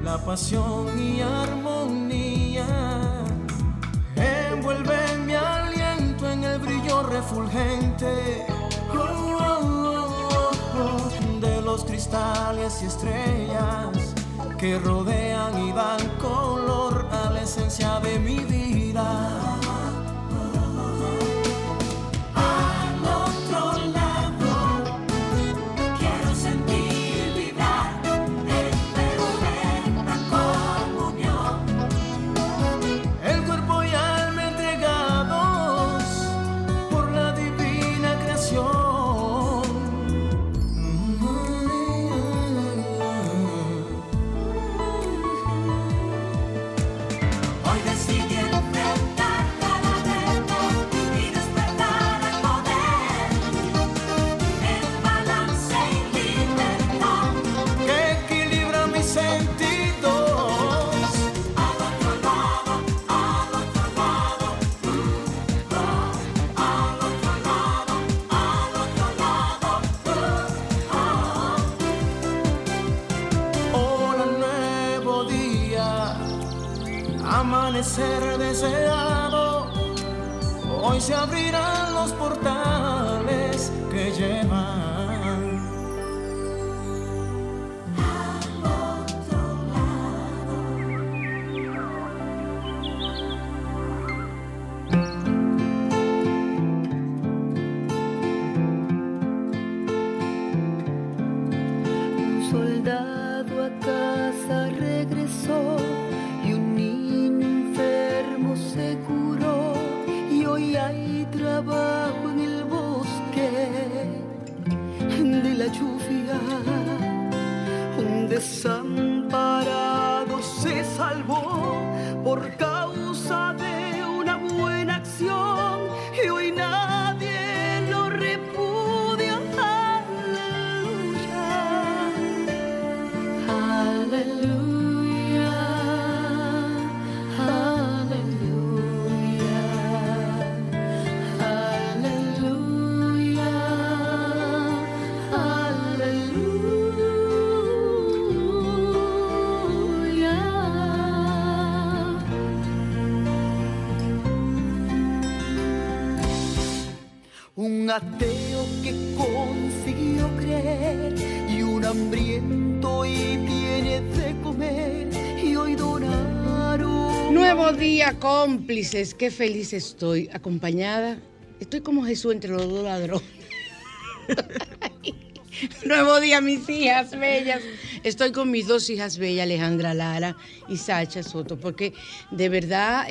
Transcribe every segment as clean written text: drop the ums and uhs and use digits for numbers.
la pasión y armonía. Envuelve mi aliento en el brillo refulgente de los cristales y estrellas que rodean y dan color a la esencia de mi vida. Amanecer deseado, hoy se abrirán los portales que llevan al otro lado. Un soldado a casa regresó y un niño enfermo se curó, y hoy hay trabajo en el bosque de la lluvia. Un desamparado se salvó por causa de una buena acción, y hoy nadie lo repudia. Aleluya, aleluya, aleluya, aleluya. Un ateo que consiguió creer, y un hambriento y tiene de comer, y hoy donaron. Nuevo día, cómplices, qué feliz estoy, acompañada, estoy como Jesús entre los dos ladrones. Nuevo día, mis hijas bellas. Estoy con mis dos hijas bellas, Alejandra Lara y Sacha Soto, porque de verdad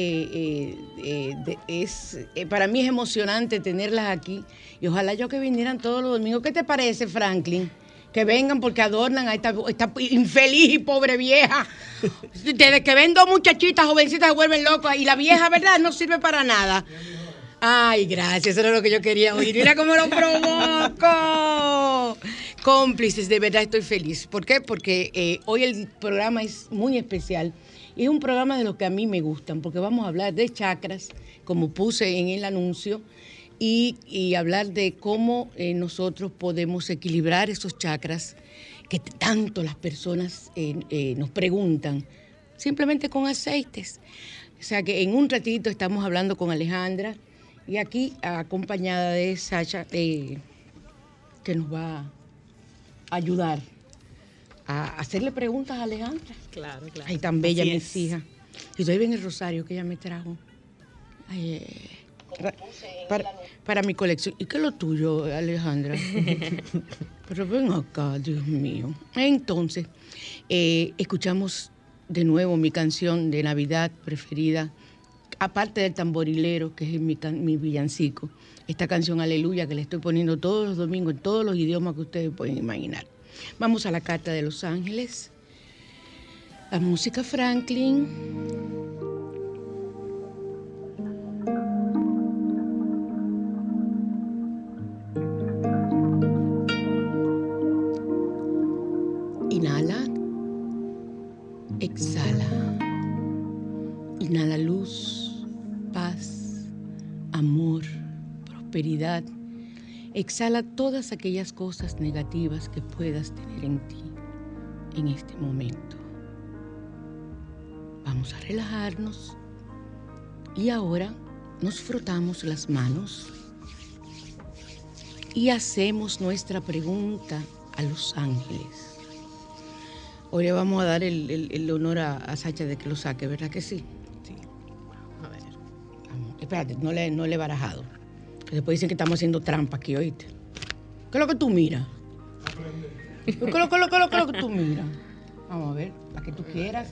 para mí es emocionante tenerlas aquí, y ojalá yo que vinieran todos los domingos. ¿Qué te parece, Franklin? Que vengan, porque adornan a esta infeliz y pobre vieja. Desde que ven dos muchachitas jovencitas se vuelven locas, y la vieja, ¿verdad?, no sirve para nada. Ay, gracias, eso era lo que yo quería oír. Mira cómo lo provoco. Cómplices, de verdad estoy feliz. ¿Por qué? Porque hoy el programa es muy especial. Y es un programa de los que a mí me gustan, porque vamos a hablar de chakras, como puse en el anuncio, y hablar de cómo nosotros podemos equilibrar esos chakras que tanto las personas nos preguntan, simplemente con aceites. O sea que en un ratito estamos hablando con Alejandra, y aquí acompañada de Sacha, que nos va a ayudar a hacerle preguntas a Alejandra. Claro, claro. Ay, tan bella, mis hijas. Y ustedes ven el rosario que ella me trajo. Ay, para mi colección. ¿Y qué es lo tuyo, Alejandra? Pero ven acá, Dios mío. Entonces, escuchamos de nuevo mi canción de Navidad preferida, aparte del tamborilero, que es mi villancico. Esta canción, Aleluya, que le estoy poniendo todos los domingos en todos los idiomas que ustedes pueden imaginar. Vamos a la Carta de Los Ángeles. La música Franklin. Inhala. Exhala. Inhala luz, paz, amor, prosperidad. Exhala todas aquellas cosas negativas que puedas tener en ti en este momento. Vamos a relajarnos. Y ahora nos frotamos las manos y hacemos nuestra pregunta a los ángeles. Hoy le vamos a dar el honor a Sacha de que lo saque, ¿verdad que sí? Sí. A ver. Vamos, espérate, no le he barajado. Que después dicen que estamos haciendo trampa aquí, ¿oíste? ¿Qué es lo que tú miras? ¿Qué es lo que tú miras? Vamos a ver, la que tú quieras.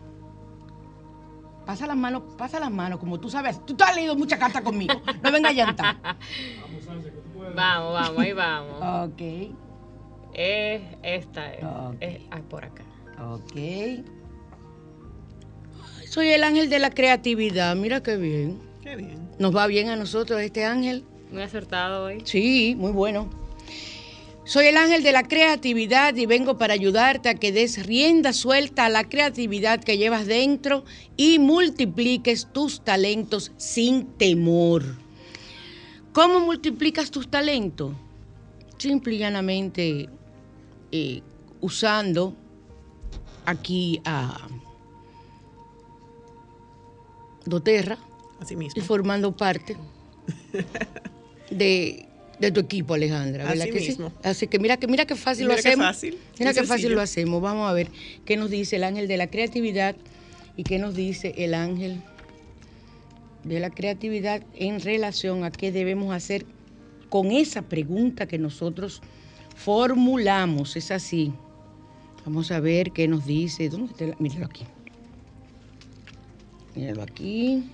Pasa las manos, como tú sabes. Tú has leído muchas cartas conmigo. No venga a llantar. Vamos, ahí vamos. Ok. Esta es. Okay. Por acá. Ok. Soy el ángel de la creatividad. Mira qué bien. Qué bien. Nos va bien a nosotros este ángel. Muy acertado hoy. Sí, muy bueno. Soy el ángel de la creatividad y vengo para ayudarte a que des rienda suelta a la creatividad que llevas dentro y multipliques tus talentos sin temor. ¿Cómo multiplicas tus talentos? Simple y llanamente usando aquí a doTERRA Así mismo. y formando parte de tu equipo, Alejandra, ¿verdad Así que mismo. sí? Así que mira qué fácil lo hacemos. Mira qué fácil lo hacemos. Vamos a ver qué nos dice el ángel de la creatividad y qué nos dice el ángel de la creatividad en relación a qué debemos hacer con esa pregunta que nosotros formulamos. Es así. Vamos a ver qué nos dice. ¿Dónde está? Míralo aquí. Míralo aquí.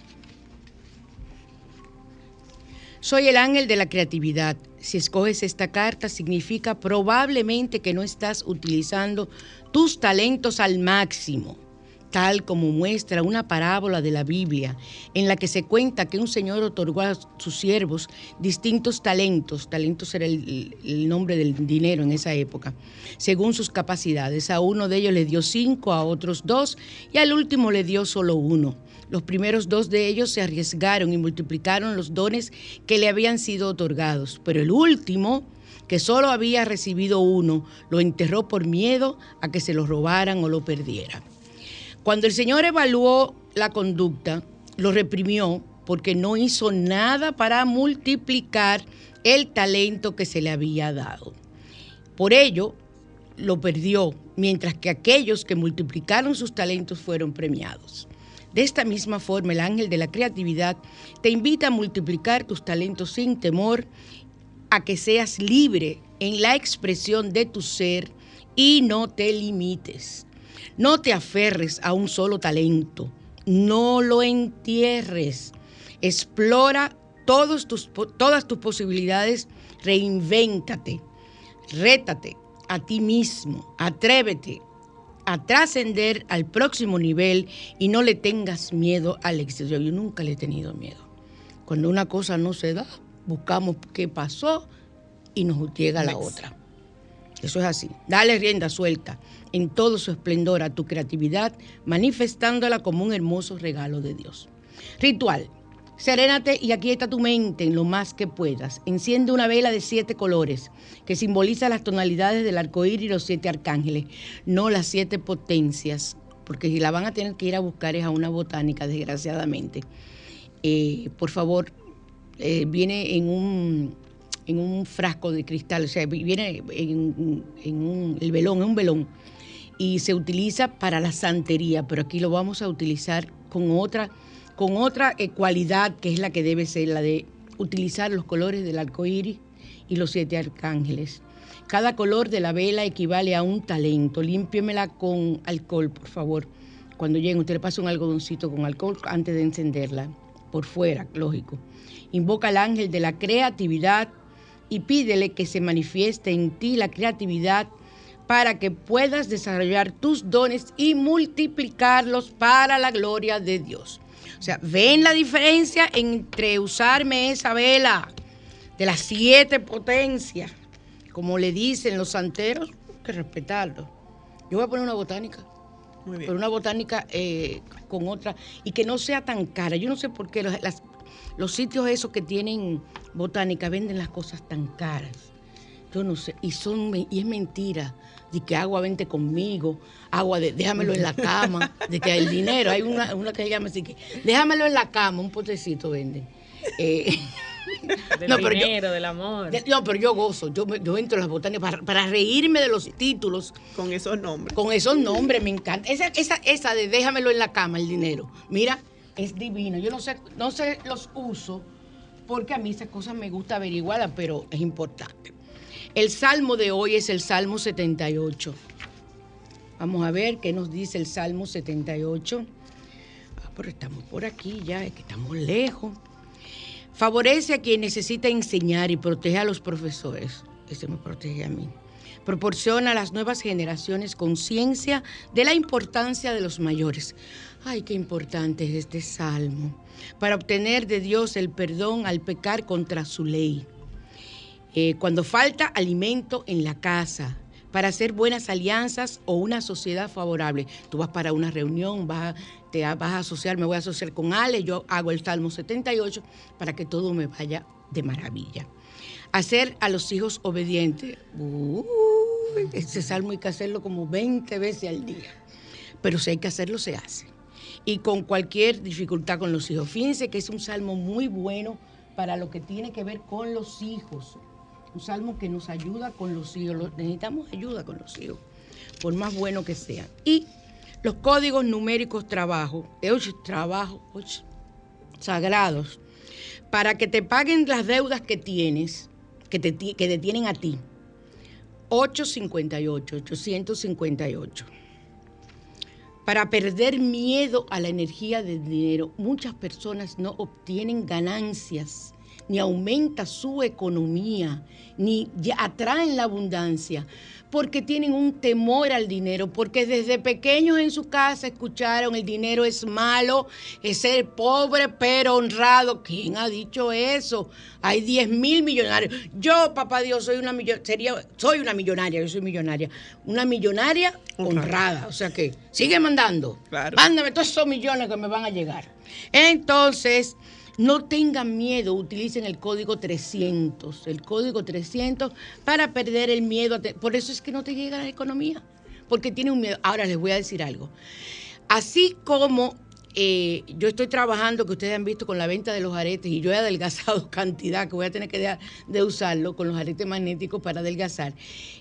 Soy el ángel de la creatividad. Si escoges esta carta, significa probablemente que no estás utilizando tus talentos al máximo, tal como muestra una parábola de la Biblia, en la que se cuenta que un señor otorgó a sus siervos distintos talentos. Talentos era el nombre del dinero en esa época, según sus capacidades. A uno de ellos le dio 5, a otros 2 y al último le dio solo 1. Los primeros 2 de ellos se arriesgaron y multiplicaron los dones que le habían sido otorgados, pero el último, que solo había recibido 1, lo enterró por miedo a que se lo robaran o lo perdieran. Cuando el Señor evaluó la conducta, lo reprimió porque no hizo nada para multiplicar el talento que se le había dado. Por ello, lo perdió, mientras que aquellos que multiplicaron sus talentos fueron premiados. De esta misma forma, el ángel de la creatividad te invita a multiplicar tus talentos sin temor, a que seas libre en la expresión de tu ser y no te limites. No te aferres a un solo talento, no lo entierres. Explora todas tus posibilidades, reinvéntate, rétate a ti mismo, atrévete a trascender al próximo nivel y no le tengas miedo al éxito. Yo nunca le he tenido miedo. Cuando una cosa no se da, buscamos qué pasó y nos llega la otra. Eso es así. Dale rienda suelta en todo su esplendor a tu creatividad, manifestándola como un hermoso regalo de Dios. Ritual. Serénate y aquieta tu mente en lo más que puedas. Enciende una vela de 7 colores que simboliza las tonalidades del arcoíris y los 7 arcángeles, no las 7 potencias, porque si la van a tener que ir a buscar es a una botánica, desgraciadamente. Por favor, viene en un frasco de cristal, o sea, viene el velón, es un velón, y se utiliza para la santería, pero aquí lo vamos a utilizar con otra cualidad que es la que debe ser, la de utilizar los colores del arco iris y los 7 arcángeles. Cada color de la vela equivale a un talento. Límpiemela con alcohol, por favor. Cuando lleguen, usted le pasa un algodoncito con alcohol antes de encenderla, por fuera, lógico. Invoca al ángel de la creatividad y pídele que se manifieste en ti la creatividad para que puedas desarrollar tus dones y multiplicarlos para la gloria de Dios. O sea, ¿ven la diferencia entre usarme esa vela de las 7 potencias? Como le dicen los santeros, hay que respetarlo. Yo voy a poner una botánica. Muy bien. Pero una botánica con otra, y que no sea tan cara. Yo no sé por qué los sitios esos que tienen botánica venden las cosas tan caras. Yo no sé, y es mentira, de que agua vente conmigo, agua déjamelo en la cama, de que el dinero, hay una que se llama así que, déjamelo en la cama, un potecito venden. Del dinero, del amor. No, pero yo gozo, yo entro en las botánicas para reírme de los títulos. Con esos nombres. Con esos nombres, me encanta. Esa de déjamelo en la cama, el dinero. Mira, es divino. Yo no sé los uso, porque a mí esas cosas me gusta averiguarlas, pero es importante. El salmo de hoy es el Salmo 78. Vamos a ver qué nos dice el Salmo 78. Pero estamos por aquí ya, es que estamos lejos. Favorece a quien necesita enseñar y protege a los profesores. Ese me protege a mí. Proporciona a las nuevas generaciones conciencia de la importancia de los mayores. Ay, qué importante es este salmo. Para obtener de Dios el perdón al pecar contra su ley. Cuando falta alimento en la casa, para hacer buenas alianzas o una sociedad favorable. Tú vas para una reunión, vas a asociar, me voy a asociar con Ale, yo hago el Salmo 78 para que todo me vaya de maravilla. Hacer a los hijos obedientes. Este salmo hay que hacerlo como 20 veces al día. Pero si hay que hacerlo, se hace. Y con cualquier dificultad con los hijos. Fíjense que es un salmo muy bueno para lo que tiene que ver con los hijos. Un salmo que nos ayuda con los hijos. Necesitamos ayuda con los hijos, por más bueno que sean. Y los códigos numéricos sagrados, para que te paguen las deudas que tienes, que te tienen a ti. 858. Para perder miedo a la energía del dinero, muchas personas no obtienen ganancias, ni aumenta su economía, ni atraen la abundancia, porque tienen un temor al dinero, porque desde pequeños en su casa escucharon el dinero es malo, es ser pobre pero honrado. ¿Quién ha dicho eso? Hay 10,000 millonarios. Yo, papá Dios, soy una millonaria, yo soy millonaria. Una millonaria honrada. O sea que sigue mandando. Claro. Mándame todos esos millones que me van a llegar. Entonces, no tengan miedo, utilicen el código 300, para perder el miedo. Por eso es que no te llega la economía, porque tiene un miedo. Ahora les voy a decir algo. Así como yo estoy trabajando, que ustedes han visto con la venta de los aretes, y yo he adelgazado cantidad, que voy a tener que dejar de usarlo con los aretes magnéticos para adelgazar,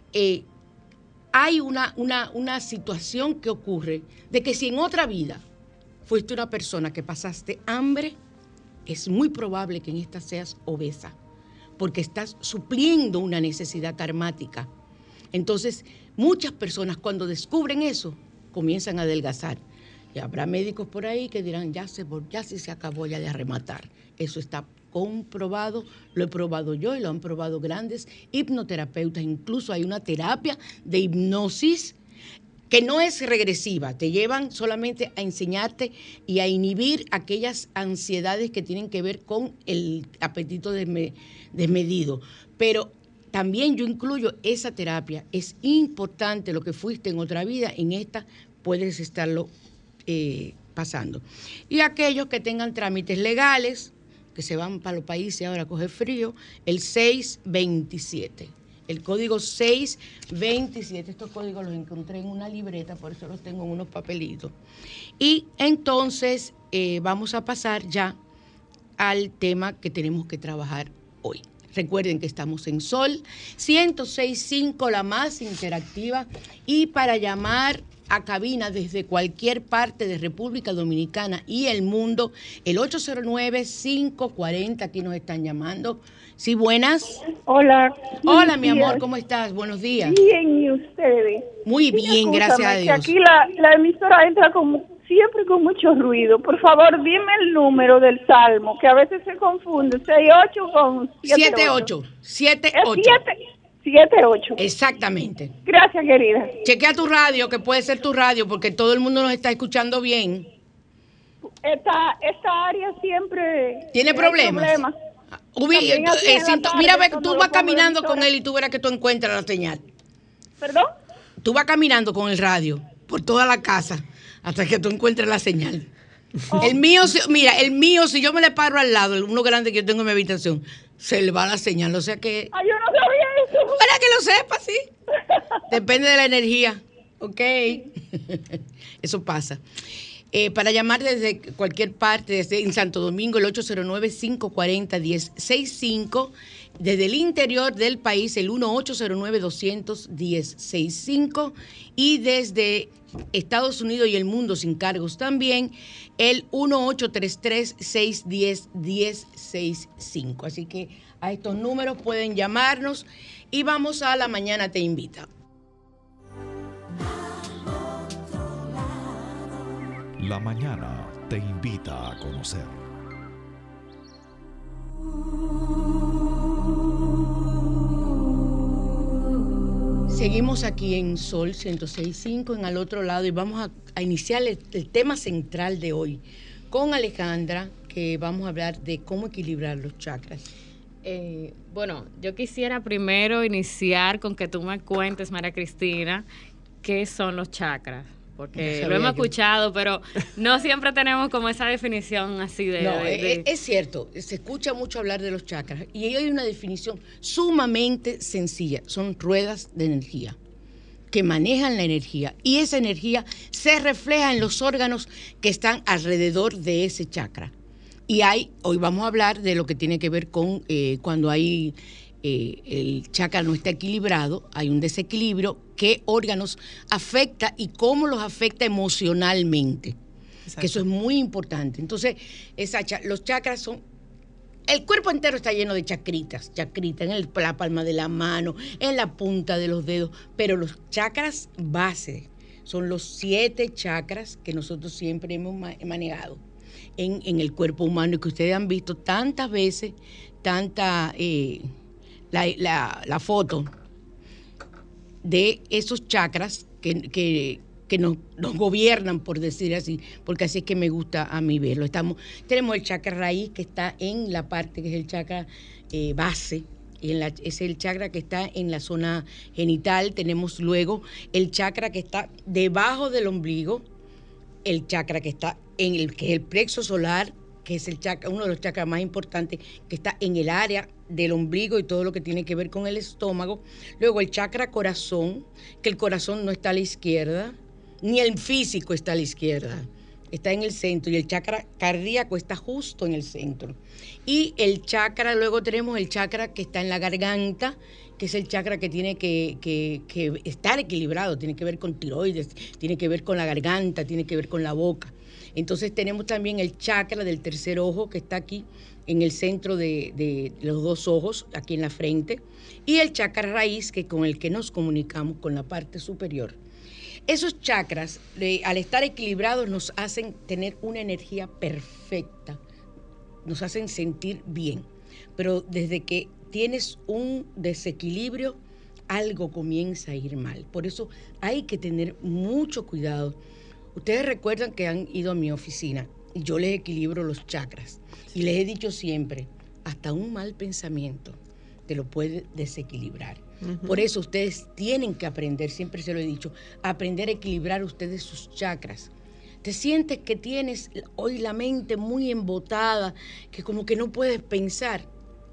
hay una situación que ocurre de que si en otra vida fuiste una persona que pasaste hambre, es muy probable que en esta seas obesa, porque estás supliendo una necesidad karmática. Entonces, muchas personas cuando descubren eso, comienzan a adelgazar. Y habrá médicos por ahí que dirán, ya se acabó ya de arrematar. Eso está comprobado, lo he probado yo y lo han probado grandes hipnoterapeutas. Incluso hay una terapia de hipnosis que no es regresiva, te llevan solamente a enseñarte y a inhibir aquellas ansiedades que tienen que ver con el apetito desmedido. Pero también yo incluyo esa terapia. Es importante lo que fuiste en otra vida, en esta puedes estarlo pasando. Y aquellos que tengan trámites legales, que se van para los países ahora a coger frío, el 627. El código 627, estos códigos los encontré en una libreta, por eso los tengo en unos papelitos. Y entonces vamos a pasar ya al tema que tenemos que trabajar hoy. Recuerden que estamos en Sol 106.5, la más interactiva, y para llamar a cabina desde cualquier parte de República Dominicana y el mundo, el 809-540, aquí nos están llamando. Sí, buenas. Hola. Hola, mi amor, ¿cómo estás? Buenos días. Bien, ¿y ustedes? Muy bien, gracias a Dios. Que aquí la emisora entra siempre con mucho ruido. Por favor, dime el número del salmo, que a veces se confunde. 68 con 78. 78. 78. Exactamente. Gracias, querida. Chequea tu radio, que puede ser tu radio, porque todo el mundo nos está escuchando bien. Esta área siempre tiene problemas. Mira, tú vas caminando con él y tú verás que tú encuentras la señal. ¿Perdón? Tú vas caminando con el radio por toda la casa hasta que tú encuentres la señal. Oh. El mío, si yo me le paro al lado, uno grande que yo tengo en mi habitación, se le va la señal, o sea que... Ay, yo no sabía eso. Para que lo sepa, sí. Depende de la energía, ¿ok? Eso pasa. Para llamar desde cualquier parte, desde en Santo Domingo, el 809-540-1065. Desde el interior del país, el 1-809-200-1065. Y desde Estados Unidos y el mundo sin cargos también, el 1-833-610-1065. Así que a estos números pueden llamarnos y vamos a La Mañana Te Invita. La Mañana Te Invita a conocer. Seguimos aquí en Sol 106.5 en Al Otro Lado y vamos a iniciar el tema central de hoy con Alejandra, que vamos a hablar de cómo equilibrar los chakras. Bueno, yo quisiera primero iniciar con que tú me cuentes, María Cristina, qué son los chakras. Porque lo hemos escuchado, pero no siempre tenemos como esa definición así de... No, es cierto, se escucha mucho hablar de los chakras y hay una definición sumamente sencilla. Son ruedas de energía que manejan la energía y esa energía se refleja en los órganos que están alrededor de ese chakra. Y hoy vamos a hablar de lo que tiene que ver con cuando hay... el chakra no está equilibrado, hay un desequilibrio, qué órganos afecta y cómo los afecta emocionalmente. Exacto. Que eso es muy importante. Entonces, los chakras son... El cuerpo entero está lleno de chacritas en la palma de la mano, en la punta de los dedos, pero los chakras base son los 7 chakras que nosotros siempre hemos manejado en el cuerpo humano y que ustedes han visto tantas veces, la foto de esos chakras que nos gobiernan, por decir así, porque así es que me gusta a mí verlo. Tenemos el chakra raíz, que está en la parte que es el chakra base, es el chakra que está en la zona genital. Tenemos luego el chakra que está debajo del ombligo, el chakra que está que es el plexo solar, que es el chakra, uno de los chakras más importantes, que está en el área del ombligo y todo lo que tiene que ver con el estómago. Luego el chakra corazón, que el corazón no está a la izquierda, ni el físico está a la izquierda, está en el centro, y el chakra cardíaco está justo en el centro. Y el chakra, luego tenemos el chakra que está en la garganta, que es el chakra que tiene que estar equilibrado, tiene que ver con tiroides, tiene que ver con la garganta, tiene que ver con la boca. Entonces tenemos también el chakra del tercer ojo, que está aquí en el centro de los 2 ojos, aquí en la frente, y el chakra raíz, que con el que nos comunicamos con la parte superior. Esos chakras, al estar equilibrados, nos hacen tener una energía perfecta, nos hacen sentir bien, pero desde que tienes un desequilibrio, algo comienza a ir mal. Por eso hay que tener mucho cuidado. Ustedes recuerdan que han ido a mi oficina y yo les equilibro los chakras. Sí. Y les he dicho siempre, hasta un mal pensamiento te lo puede desequilibrar. Uh-huh. Por eso ustedes tienen que aprender, siempre se lo he dicho, aprender a equilibrar ustedes sus chakras. Te sientes que tienes hoy la mente muy embotada, que como que no puedes pensar.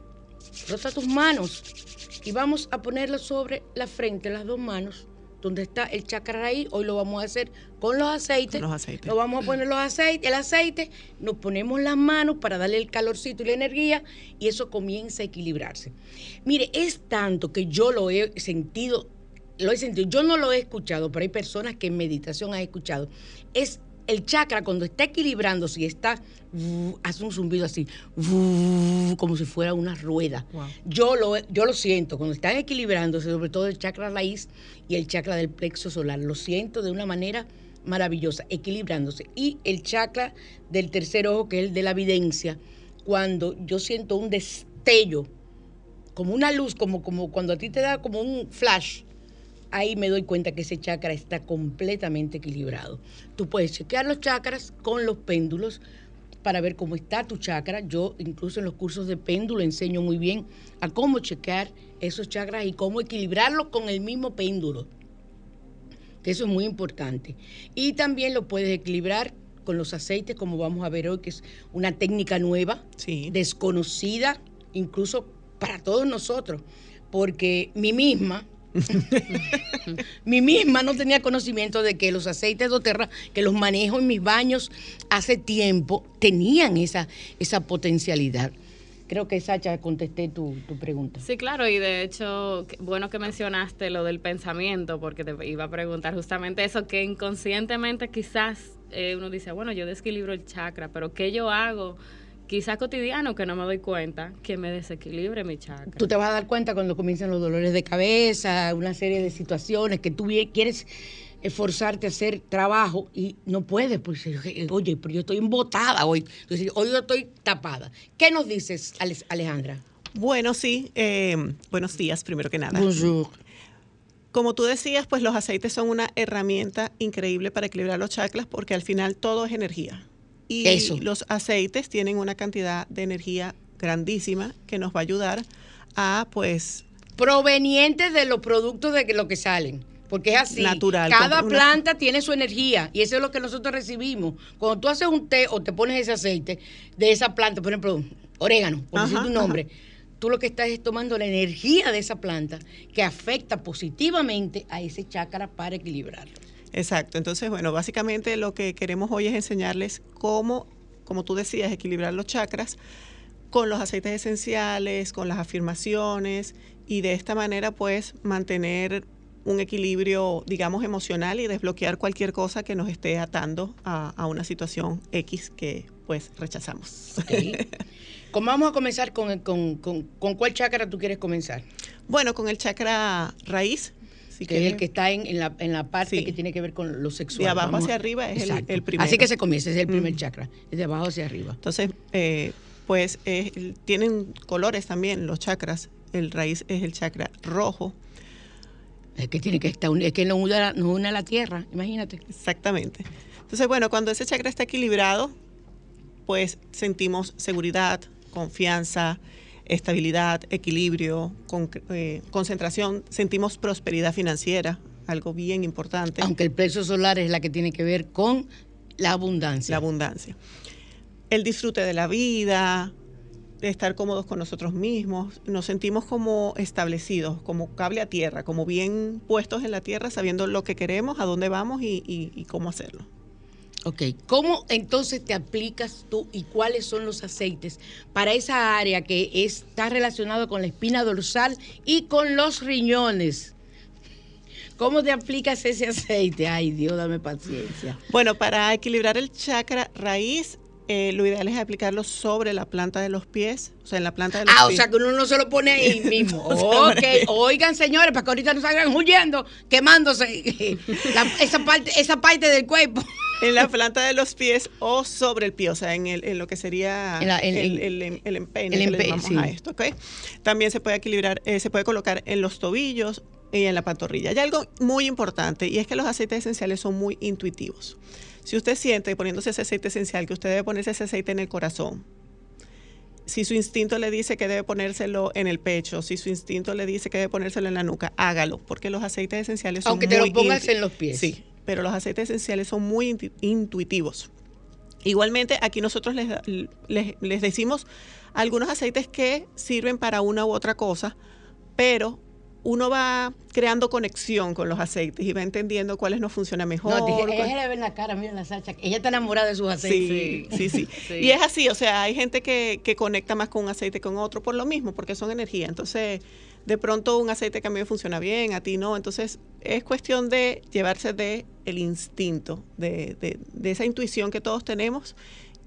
Frota tus manos y vamos a ponerlas sobre la frente, las 2 manos, donde está el chakra raíz. Hoy lo vamos a hacer con los aceites. Nos vamos a poner el aceite, nos ponemos las manos para darle el calorcito y la energía y eso comienza a equilibrarse. Mire, es tanto que yo lo he sentido, yo no lo he escuchado, pero hay personas que en meditación han escuchado. Es el chakra cuando está equilibrándose y está, hace un zumbido así, como si fuera una rueda. Wow. Yo lo siento, cuando están equilibrándose, sobre todo el chakra raíz y el chakra del plexo solar, lo siento de una manera maravillosa, equilibrándose. Y el chakra del tercer ojo, que es el de la evidencia, cuando yo siento un destello, como una luz, como cuando a ti te da como un flash, ahí me doy cuenta que ese chakra está completamente equilibrado. Tú puedes chequear los chakras con los péndulos para ver cómo está tu chakra. Yo incluso en los cursos de péndulo enseño muy bien a cómo chequear esos chakras y cómo equilibrarlos con el mismo péndulo. Eso es muy importante. Y también lo puedes equilibrar con los aceites, como vamos a ver hoy, que es una técnica nueva, sí, desconocida incluso para todos nosotros, porque mi misma no tenía conocimiento de que los aceites doTERRA, que los manejo en mis baños hace tiempo, tenían esa potencialidad. Creo que, Sacha, contesté tu pregunta. Sí, claro, y de hecho, bueno que mencionaste lo del pensamiento, porque te iba a preguntar justamente eso, que inconscientemente quizás uno dice, bueno, yo desequilibro el chakra, pero ¿qué yo hago? Quizás cotidiano, que no me doy cuenta, que me desequilibre mi chakra. Tú te vas a dar cuenta cuando comienzan los dolores de cabeza, una serie de situaciones que tú quieres esforzarte a hacer trabajo y no puedes, pues, oye, pero yo estoy embotada hoy. Entonces, hoy yo estoy tapada. ¿Qué nos dices, Alejandra? Bueno, sí. Buenos días, primero que nada. Bonjour. Como tú decías, pues los aceites son una herramienta increíble para equilibrar los chakras porque al final todo es energía. Y los aceites tienen una cantidad de energía grandísima que nos va a ayudar a, pues... Provenientes de los productos de lo que salen. Porque es así. Natural. Cada planta tiene su energía y eso es lo que nosotros recibimos. Cuando tú haces un té o te pones ese aceite de esa planta, por ejemplo, orégano, por decir tu nombre, tú lo que estás es tomando la energía de esa planta que afecta positivamente a ese chakra para equilibrarlo. Exacto. Entonces, bueno, básicamente lo que queremos hoy es enseñarles cómo, como tú decías, equilibrar los chakras con los aceites esenciales, con las afirmaciones y de esta manera, pues, mantener un equilibrio, digamos, emocional y desbloquear cualquier cosa que nos esté atando a una situación X que, pues, rechazamos. Okay. ¿Cómo vamos a comenzar con cuál chakra tú quieres comenzar? Bueno, con el chakra raíz. Que es el que está en la parte que tiene que ver con lo sexual. De abajo hacia arriba es el primero. Así que se comienza, es el primer chakra, es de abajo hacia arriba. Entonces, pues tienen colores también los chakras. El raíz es el chakra rojo. Es que tiene que estar, es que nos une a la tierra, imagínate. Exactamente. Entonces, bueno, cuando ese chakra está equilibrado, pues sentimos seguridad, confianza, estabilidad, equilibrio, concentración, sentimos prosperidad financiera, algo bien importante. Aunque el plexo solar es la que tiene que ver con la abundancia. La abundancia. El disfrute de la vida, de estar cómodos con nosotros mismos, nos sentimos como establecidos, como cable a tierra, como bien puestos en la tierra, sabiendo lo que queremos, a dónde vamos y cómo hacerlo. Ok, ¿cómo entonces te aplicas tú y cuáles son los aceites para esa área que está relacionada con la espina dorsal y con los riñones? ¿Cómo te aplicas ese aceite? Ay, Dios, dame paciencia. Bueno, para equilibrar el chakra raíz, lo ideal es aplicarlo sobre la planta de los pies, o sea, en la planta de los pies. O sea, que uno no se lo pone ahí mismo. Ok, oigan, señores, para que ahorita no salgan huyendo, quemándose esa parte del cuerpo. En la planta de los pies o sobre el pie, o sea, en lo que sería el empeine que le llamamos a esto, ¿ok? También se puede equilibrar, se puede colocar en los tobillos y en la pantorrilla. Hay algo muy importante y es que los aceites esenciales son muy intuitivos. Si usted siente poniéndose ese aceite esencial que usted debe ponerse ese aceite en el corazón, si su instinto le dice que debe ponérselo en el pecho, si su instinto le dice que debe ponérselo en la nuca, hágalo, porque los aceites esenciales son aunque te lo pongas en los pies. Sí, pero los aceites esenciales son muy intuitivos. Igualmente, aquí nosotros les decimos algunos aceites que sirven para una u otra cosa, pero uno va creando conexión con los aceites y va entendiendo cuáles nos funcionan mejor. No, ella le ve en la cara, mira la Sacha, ella está enamorada de sus aceites. Sí. Y es así, o sea, hay gente que conecta más con un aceite que con otro por lo mismo, porque son energía. Entonces, de pronto un aceite que a mí me funciona bien, a ti no. Entonces, es cuestión de llevarse de el instinto, de esa intuición que todos tenemos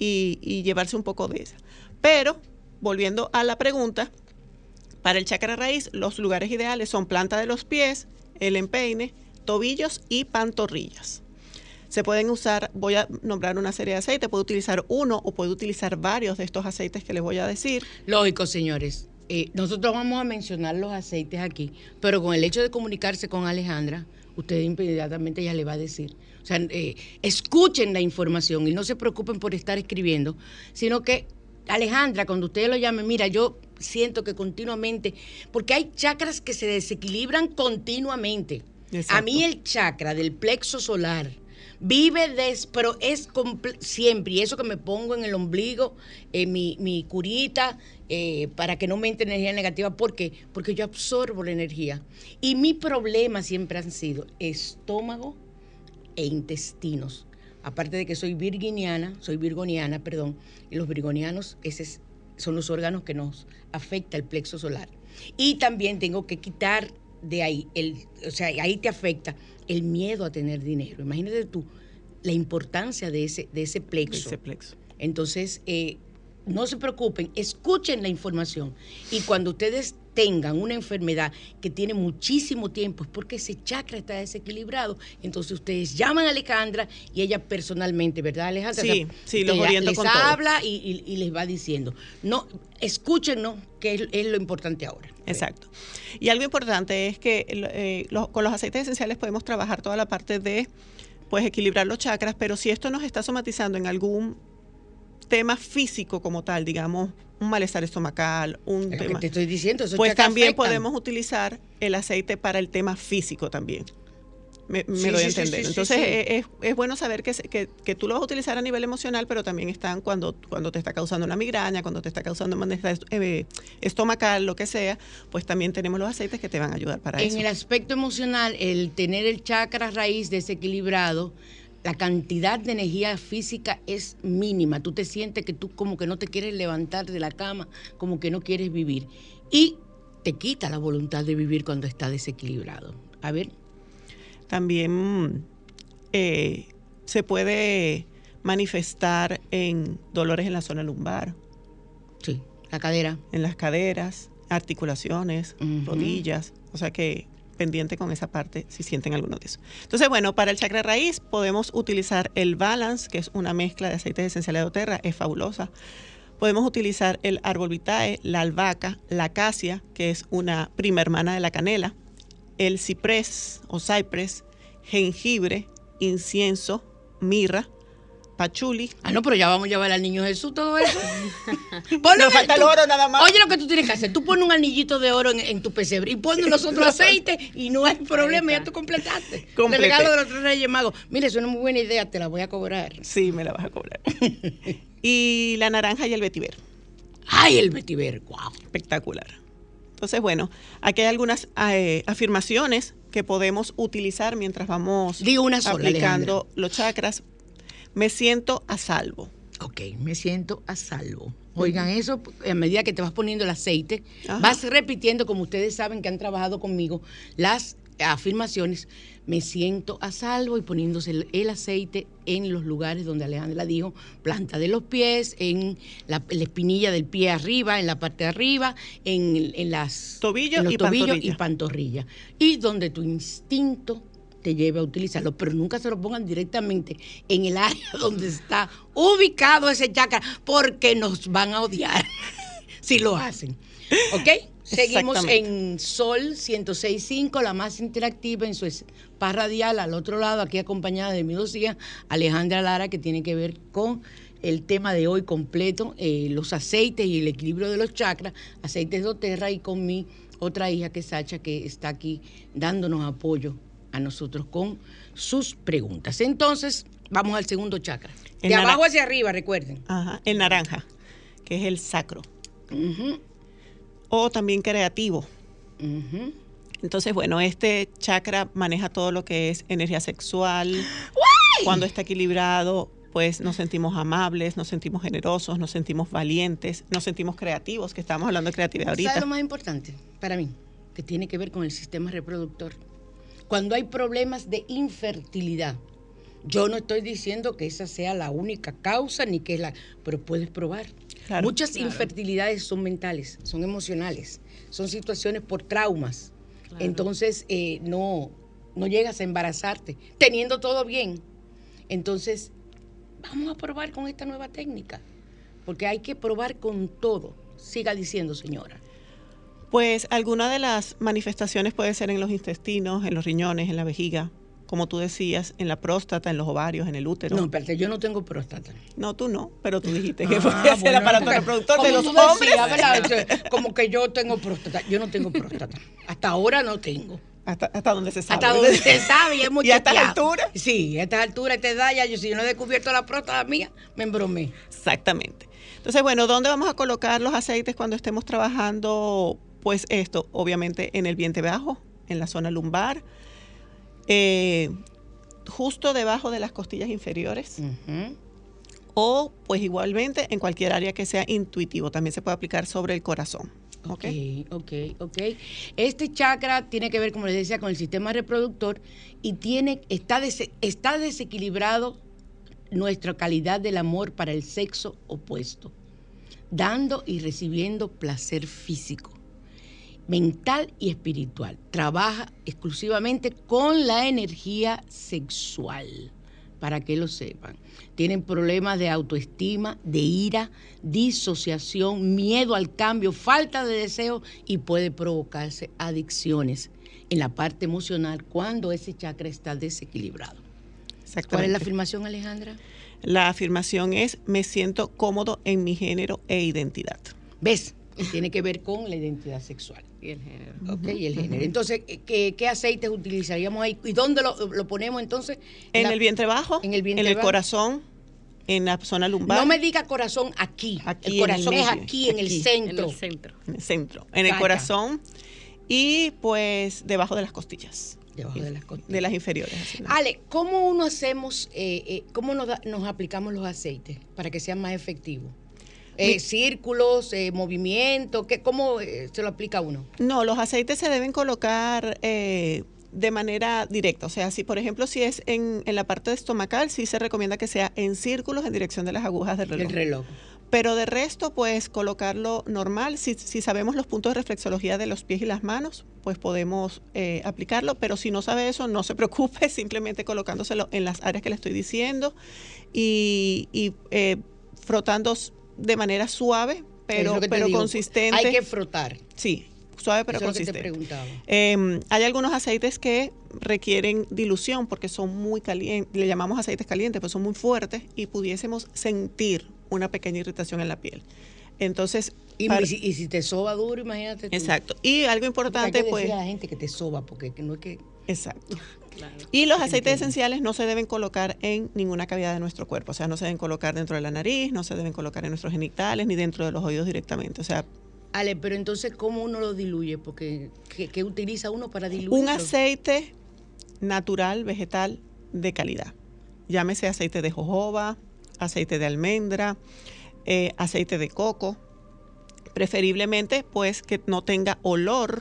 y llevarse un poco de esa. Pero, volviendo a la pregunta, para el chakra raíz, los lugares ideales son planta de los pies, el empeine, tobillos y pantorrillas. Se pueden usar, voy a nombrar una serie de aceites, puede utilizar uno o puede utilizar varios de estos aceites que les voy a decir. Lógico, señores. Nosotros vamos a mencionar los aceites aquí, pero con el hecho de comunicarse con Alejandra, usted inmediatamente ya le va a decir. O sea, escuchen la información y no se preocupen por estar escribiendo, sino que Alejandra, cuando ustedes lo llamen, mira, yo siento que continuamente, porque hay chakras que se desequilibran continuamente. Exacto. A mí el chakra del plexo solar, pero es siempre, y eso que me pongo en el ombligo, mi curita, para que no me entre energía negativa. ¿Por qué? Porque yo absorbo la energía. Y mi problema siempre han sido estómago e intestinos. Aparte de que soy virgoniana, y los virgonianos, son los órganos que nos afecta el plexo solar. Y también tengo que quitar de ahí, ahí te afecta el miedo a tener dinero. Imagínate tú la importancia de ese plexo. Entonces, no se preocupen, escuchen la información. Y cuando ustedes tengan una enfermedad que tiene muchísimo tiempo, es porque ese chakra está desequilibrado. Entonces ustedes llaman a Alejandra y ella personalmente, ¿verdad, Alejandra? Sí, los oriento con todo. Les habla y les va diciendo. No, escúchenos, que es lo importante ahora. Exacto. Y algo importante es que con los aceites esenciales podemos trabajar toda la parte de, pues, equilibrar los chakras, pero si esto nos está somatizando en algún tema físico como tal, digamos, un malestar estomacal, un es tema, que te estoy diciendo, eso pues también afectan. podemos utilizar el aceite para el tema físico también. Me doy a entender. Entonces, es bueno saber que tú lo vas a utilizar a nivel emocional, pero también están cuando te está causando una migraña, cuando te está causando malestar estomacal, lo que sea, pues también tenemos los aceites que te van a ayudar para eso. En el aspecto emocional, el tener el chakra raíz desequilibrado, la cantidad de energía física es mínima. Tú te sientes que tú como que no te quieres levantar de la cama, como que no quieres vivir. Y te quita la voluntad de vivir cuando está desequilibrado. A ver. También se puede manifestar en dolores en la zona lumbar. Sí, la cadera. En las caderas, articulaciones, rodillas. O sea que pendiente con esa parte si sienten alguno de eso. Entonces, bueno, para el chakra raíz podemos utilizar el Balance, que es una mezcla de aceites esenciales de doTERRA, es fabulosa. Podemos utilizar el árbol vitae, la albahaca, la acacia, que es una prima hermana de la canela, el ciprés o cypress, jengibre, incienso, mirra, pachuli. No, pero ya vamos a llevar al niño Jesús todo eso. Nos falta el oro nada más. Oye, lo que tú tienes que hacer, tú pones un anillito de oro en tu pesebre y pones nosotros aceite y no hay problema, ya tú completaste. El regalo de los 3 Reyes Magos. Mira, es una muy buena idea, te la voy a cobrar. Sí, me la vas a cobrar. Y la naranja y el vetiver. ¡Ay, el vetiver! ¡Wow! Espectacular. Entonces, bueno, aquí hay algunas afirmaciones que podemos utilizar mientras vamos aplicando los chakras. Me siento a salvo. Ok, me siento a salvo. Oigan, eso a medida que te vas poniendo el aceite, vas repitiendo, como ustedes saben que han trabajado conmigo, las afirmaciones. Me siento a salvo y poniéndose el aceite en los lugares donde Alejandra dijo, planta de los pies, en la espinilla del pie arriba, en la parte de arriba, en los tobillos y pantorrilla. Y donde tu instinto te lleve a utilizarlo, pero nunca se lo pongan directamente en el área donde está ubicado ese chakra, porque nos van a odiar si lo hacen. ¿Ok? Seguimos en Sol 106.5, la más interactiva en su spa radial, al otro lado, aquí acompañada de mi 2 hijas, Alejandra Lara, que tiene que ver con el tema de hoy completo, los aceites y el equilibrio de los chakras, aceites doTERRA, y con mi otra hija, que es Sacha, que está aquí dándonos apoyo a nosotros con sus preguntas. Entonces, vamos al segundo chakra. De abajo hacia arriba, recuerden. El naranja, que es el sacro. O también creativo. Entonces, bueno, este chakra maneja todo lo que es energía sexual. ¡Uy! Cuando está equilibrado, pues nos sentimos amables, nos sentimos generosos, nos sentimos valientes, nos sentimos creativos, que estamos hablando de creatividad ahorita. ¿Sabes lo más importante para mí? Que tiene que ver con el sistema reproductor. Cuando hay problemas de infertilidad, yo no estoy diciendo que esa sea la única causa, ni que es pero puedes probar. Claro, muchas infertilidades son mentales, son emocionales, son situaciones por traumas. Claro. Entonces, no llegas a embarazarte, teniendo todo bien. Entonces, vamos a probar con esta nueva técnica, porque hay que probar con todo. Siga diciendo, señora. Pues alguna de las manifestaciones puede ser en los intestinos, en los riñones, en la vejiga, como tú decías, en la próstata, en los ovarios, en el útero. No, espérate, yo no tengo próstata. No, tú no, pero tú dijiste que podía ser el aparato reproductor de los hombres. Decías, ¿verdad? Como que yo tengo próstata. Yo no tengo próstata. Hasta ahora no tengo. Hasta donde se sabe. Hasta donde se sabe y es muy ¿Y a estas chequeado. alturas? Sí, a estas alturas te da ya. Si yo no he descubierto la próstata mía, me embromé. Exactamente. Entonces, bueno, ¿dónde vamos a colocar los aceites cuando estemos trabajando? Pues esto, obviamente, en el vientre bajo, en la zona lumbar, justo debajo de las costillas inferiores. O, pues igualmente, en cualquier área que sea intuitivo. También se puede aplicar sobre el corazón. Ok. Este chakra tiene que ver, como les decía, con el sistema reproductor y está desequilibrado nuestra calidad del amor para el sexo opuesto, dando y recibiendo placer físico, mental y espiritual. Trabaja exclusivamente con la energía sexual, para que lo sepan. Tienen problemas de autoestima, de ira, disociación, miedo al cambio, falta de deseo y puede provocarse adicciones en la parte emocional cuando ese chakra está desequilibrado. ¿Cuál es la afirmación, Alejandra? La afirmación es: me siento cómodo en mi género e identidad. ¿Ves? Tiene que ver con la identidad sexual. Y el género. Ok, y el género. Entonces, ¿qué aceites utilizaríamos ahí? ¿Y dónde lo ponemos entonces? En el vientre bajo, en el bajo, corazón, en la zona lumbar. No me diga corazón aquí. El corazón es aquí, en el centro. En el centro. En el centro. En el corazón y pues debajo de las costillas. Debajo de las costillas. De las inferiores. Así, ¿no? Ale, ¿cómo uno hacemos, cómo nos aplicamos los aceites para que sean más efectivos? Círculos, movimiento, ¿cómo se lo aplica uno? No, los aceites se deben colocar de manera directa. O sea, si por ejemplo, si es en la parte estomacal, sí se recomienda que sea en círculos en dirección de las agujas del reloj. El reloj. Pero de resto, pues colocarlo normal. Si sabemos los puntos de reflexología de los pies y las manos, pues podemos aplicarlo. Pero si no sabe eso, no se preocupe, simplemente colocándoselo en las áreas que le estoy diciendo y frotando de manera suave, pero consistente. Hay que frotar. Sí, suave pero Eso consistente. Es lo que te preguntaba. Hay algunos aceites que requieren dilución porque son muy calientes, le llamamos aceites calientes, pues son muy fuertes y pudiésemos sentir una pequeña irritación en la piel. Entonces, y si te soba duro, imagínate tú. Exacto. Y algo importante, hay que pues, decir a la gente que te soba, porque no es que... Exacto. Claro. Y los aceites esenciales no se deben colocar en ninguna cavidad de nuestro cuerpo. O sea, no se deben colocar dentro de la nariz, no se deben colocar en nuestros genitales, ni dentro de los oídos directamente. O sea... Ale, pero entonces, ¿cómo uno lo diluye? Porque, ¿qué utiliza uno para diluirlo? Un aceite natural, vegetal, de calidad. Llámese aceite de jojoba, aceite de almendra, aceite de coco. Preferiblemente, pues, que no tenga olor,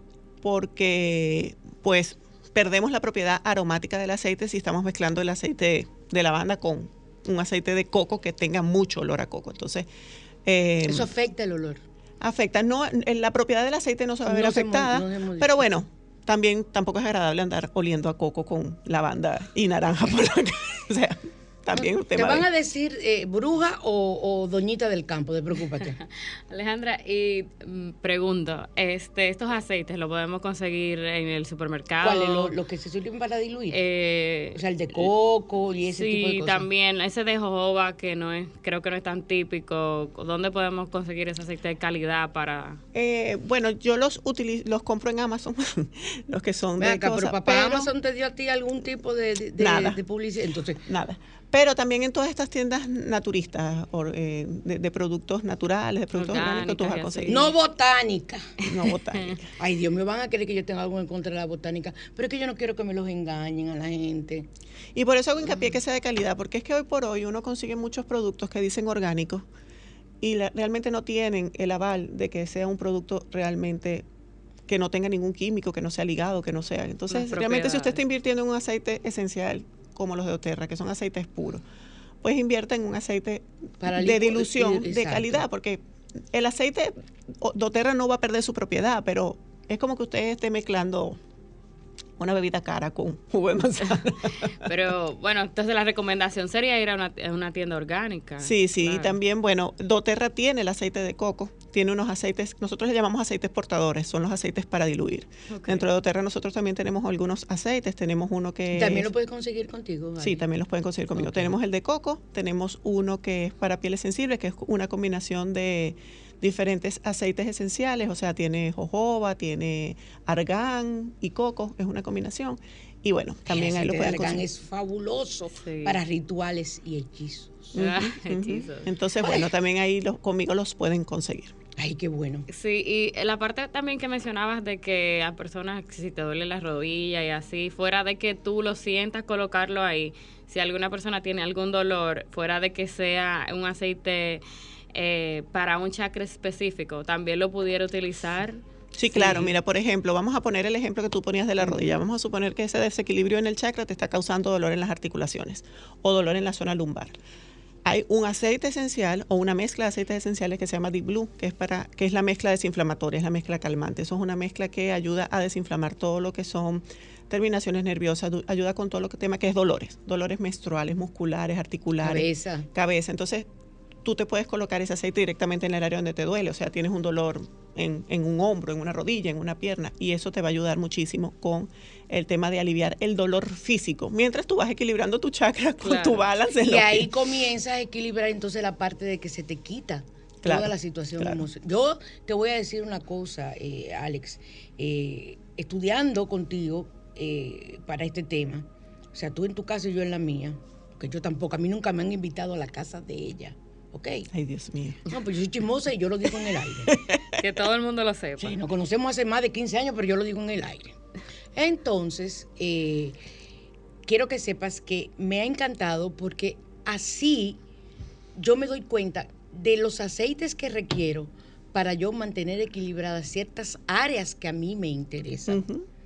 porque, pues, perdemos la propiedad aromática del aceite si estamos mezclando el aceite de lavanda con un aceite de coco que tenga mucho olor a coco. Entonces, eso afecta el olor. Afecta. No, la propiedad del aceite no se va a ver afectada, pero bueno, tampoco es agradable andar oliendo a coco con lavanda y naranja por la calle. O sea, también ¿Te van a decir bruja o doñita del campo? Despreocúpate. Alejandra, y pregunto, estos aceites los podemos conseguir en el supermercado. ¿Cuáles? ¿Los que se sirven para diluir? O sea, el de coco y ese tipo de cosas. Sí, también ese de jojoba que creo que no es tan típico. ¿Dónde podemos conseguir ese aceite de calidad para...? Bueno, yo los compro en Amazon, los que son de acá, pero papá, ¿Amazon te dio a ti algún tipo de publicidad? Entonces, nada. Pero también en todas estas tiendas naturistas, de productos naturales, de productos orgánicos, tú vas a conseguir. No botánica. No botánica. Ay, Dios mío, van a creer que yo tengo algo en contra de la botánica, pero es que yo no quiero que me los engañen a la gente. Y por eso hago hincapié que sea de calidad, porque es que hoy por hoy uno consigue muchos productos que dicen orgánicos y realmente no tienen el aval de que sea un producto realmente que no tenga ningún químico, que no sea ligado, que no sea. Entonces, realmente si usted está invirtiendo en un aceite esencial, como los de doTERRA, que son aceites puros, pues invierta en un aceite de dilución de calidad, porque el aceite doTERRA no va a perder su propiedad, pero es como que usted esté mezclando una bebida cara con jugo de manzana. Pero bueno, entonces la recomendación sería ir a una tienda orgánica. Sí, claro. Y también, bueno, doTERRA tiene el aceite de coco, tiene unos aceites, nosotros le llamamos aceites portadores, son los aceites para diluir. Okay. Dentro de doTERRA nosotros también tenemos algunos aceites, tenemos uno que... ¿También lo puedes conseguir contigo? Sí, también los pueden conseguir conmigo. Okay. Tenemos el de coco, tenemos uno que es para pieles sensibles, que es una combinación de diferentes aceites esenciales, o sea, tiene jojoba, tiene argán y coco, es una combinación. Y bueno, también ahí lo pueden conseguir. conseguir. Es fabuloso para rituales y hechizos. Hechizos. Entonces, bueno, también ahí conmigo los pueden conseguir. Ay, qué bueno. Sí, y la parte también que mencionabas de que a personas, si te duele la rodilla y así, fuera de que tú lo sientas, colocarlo ahí, si alguna persona tiene algún dolor, fuera de que sea un aceite para un chakra específico, también lo pudiera utilizar. Sí, claro. Mira, por ejemplo, vamos a poner el ejemplo que tú ponías de la rodilla. Vamos a suponer que ese desequilibrio en el chakra te está causando dolor en las articulaciones o dolor en la zona lumbar. Hay un aceite esencial o una mezcla de aceites esenciales que se llama Deep Blue, que es la mezcla desinflamatoria, es la mezcla calmante. Eso es una mezcla que ayuda a desinflamar todo lo que son terminaciones nerviosas, ayuda con todo lo que tema que es dolores menstruales, musculares, articulares, cabeza. Entonces, tú te puedes colocar ese aceite directamente en el área donde te duele, o sea, tienes un dolor en un hombro, en una rodilla, en una pierna, y eso te va a ayudar muchísimo con el tema de aliviar el dolor físico, mientras tú vas equilibrando tu chakra con tu balance. Y ahí comienzas a equilibrar entonces la parte de que se te quita toda la situación emocional. Yo te voy a decir una cosa, Alex, estudiando contigo para este tema, o sea, tú en tu casa y yo en la mía, que yo tampoco, a mí nunca me han invitado a la casa de ella. ¿Ok? Ay, Dios mío. No, pues yo soy chismosa y yo lo digo en el aire. Que todo el mundo lo sepa. Sí, nos conocemos hace más de 15 años, pero yo lo digo en el aire. Entonces, quiero que sepas que me ha encantado porque así yo me doy cuenta de los aceites que requiero para yo mantener equilibradas ciertas áreas que a mí me interesan.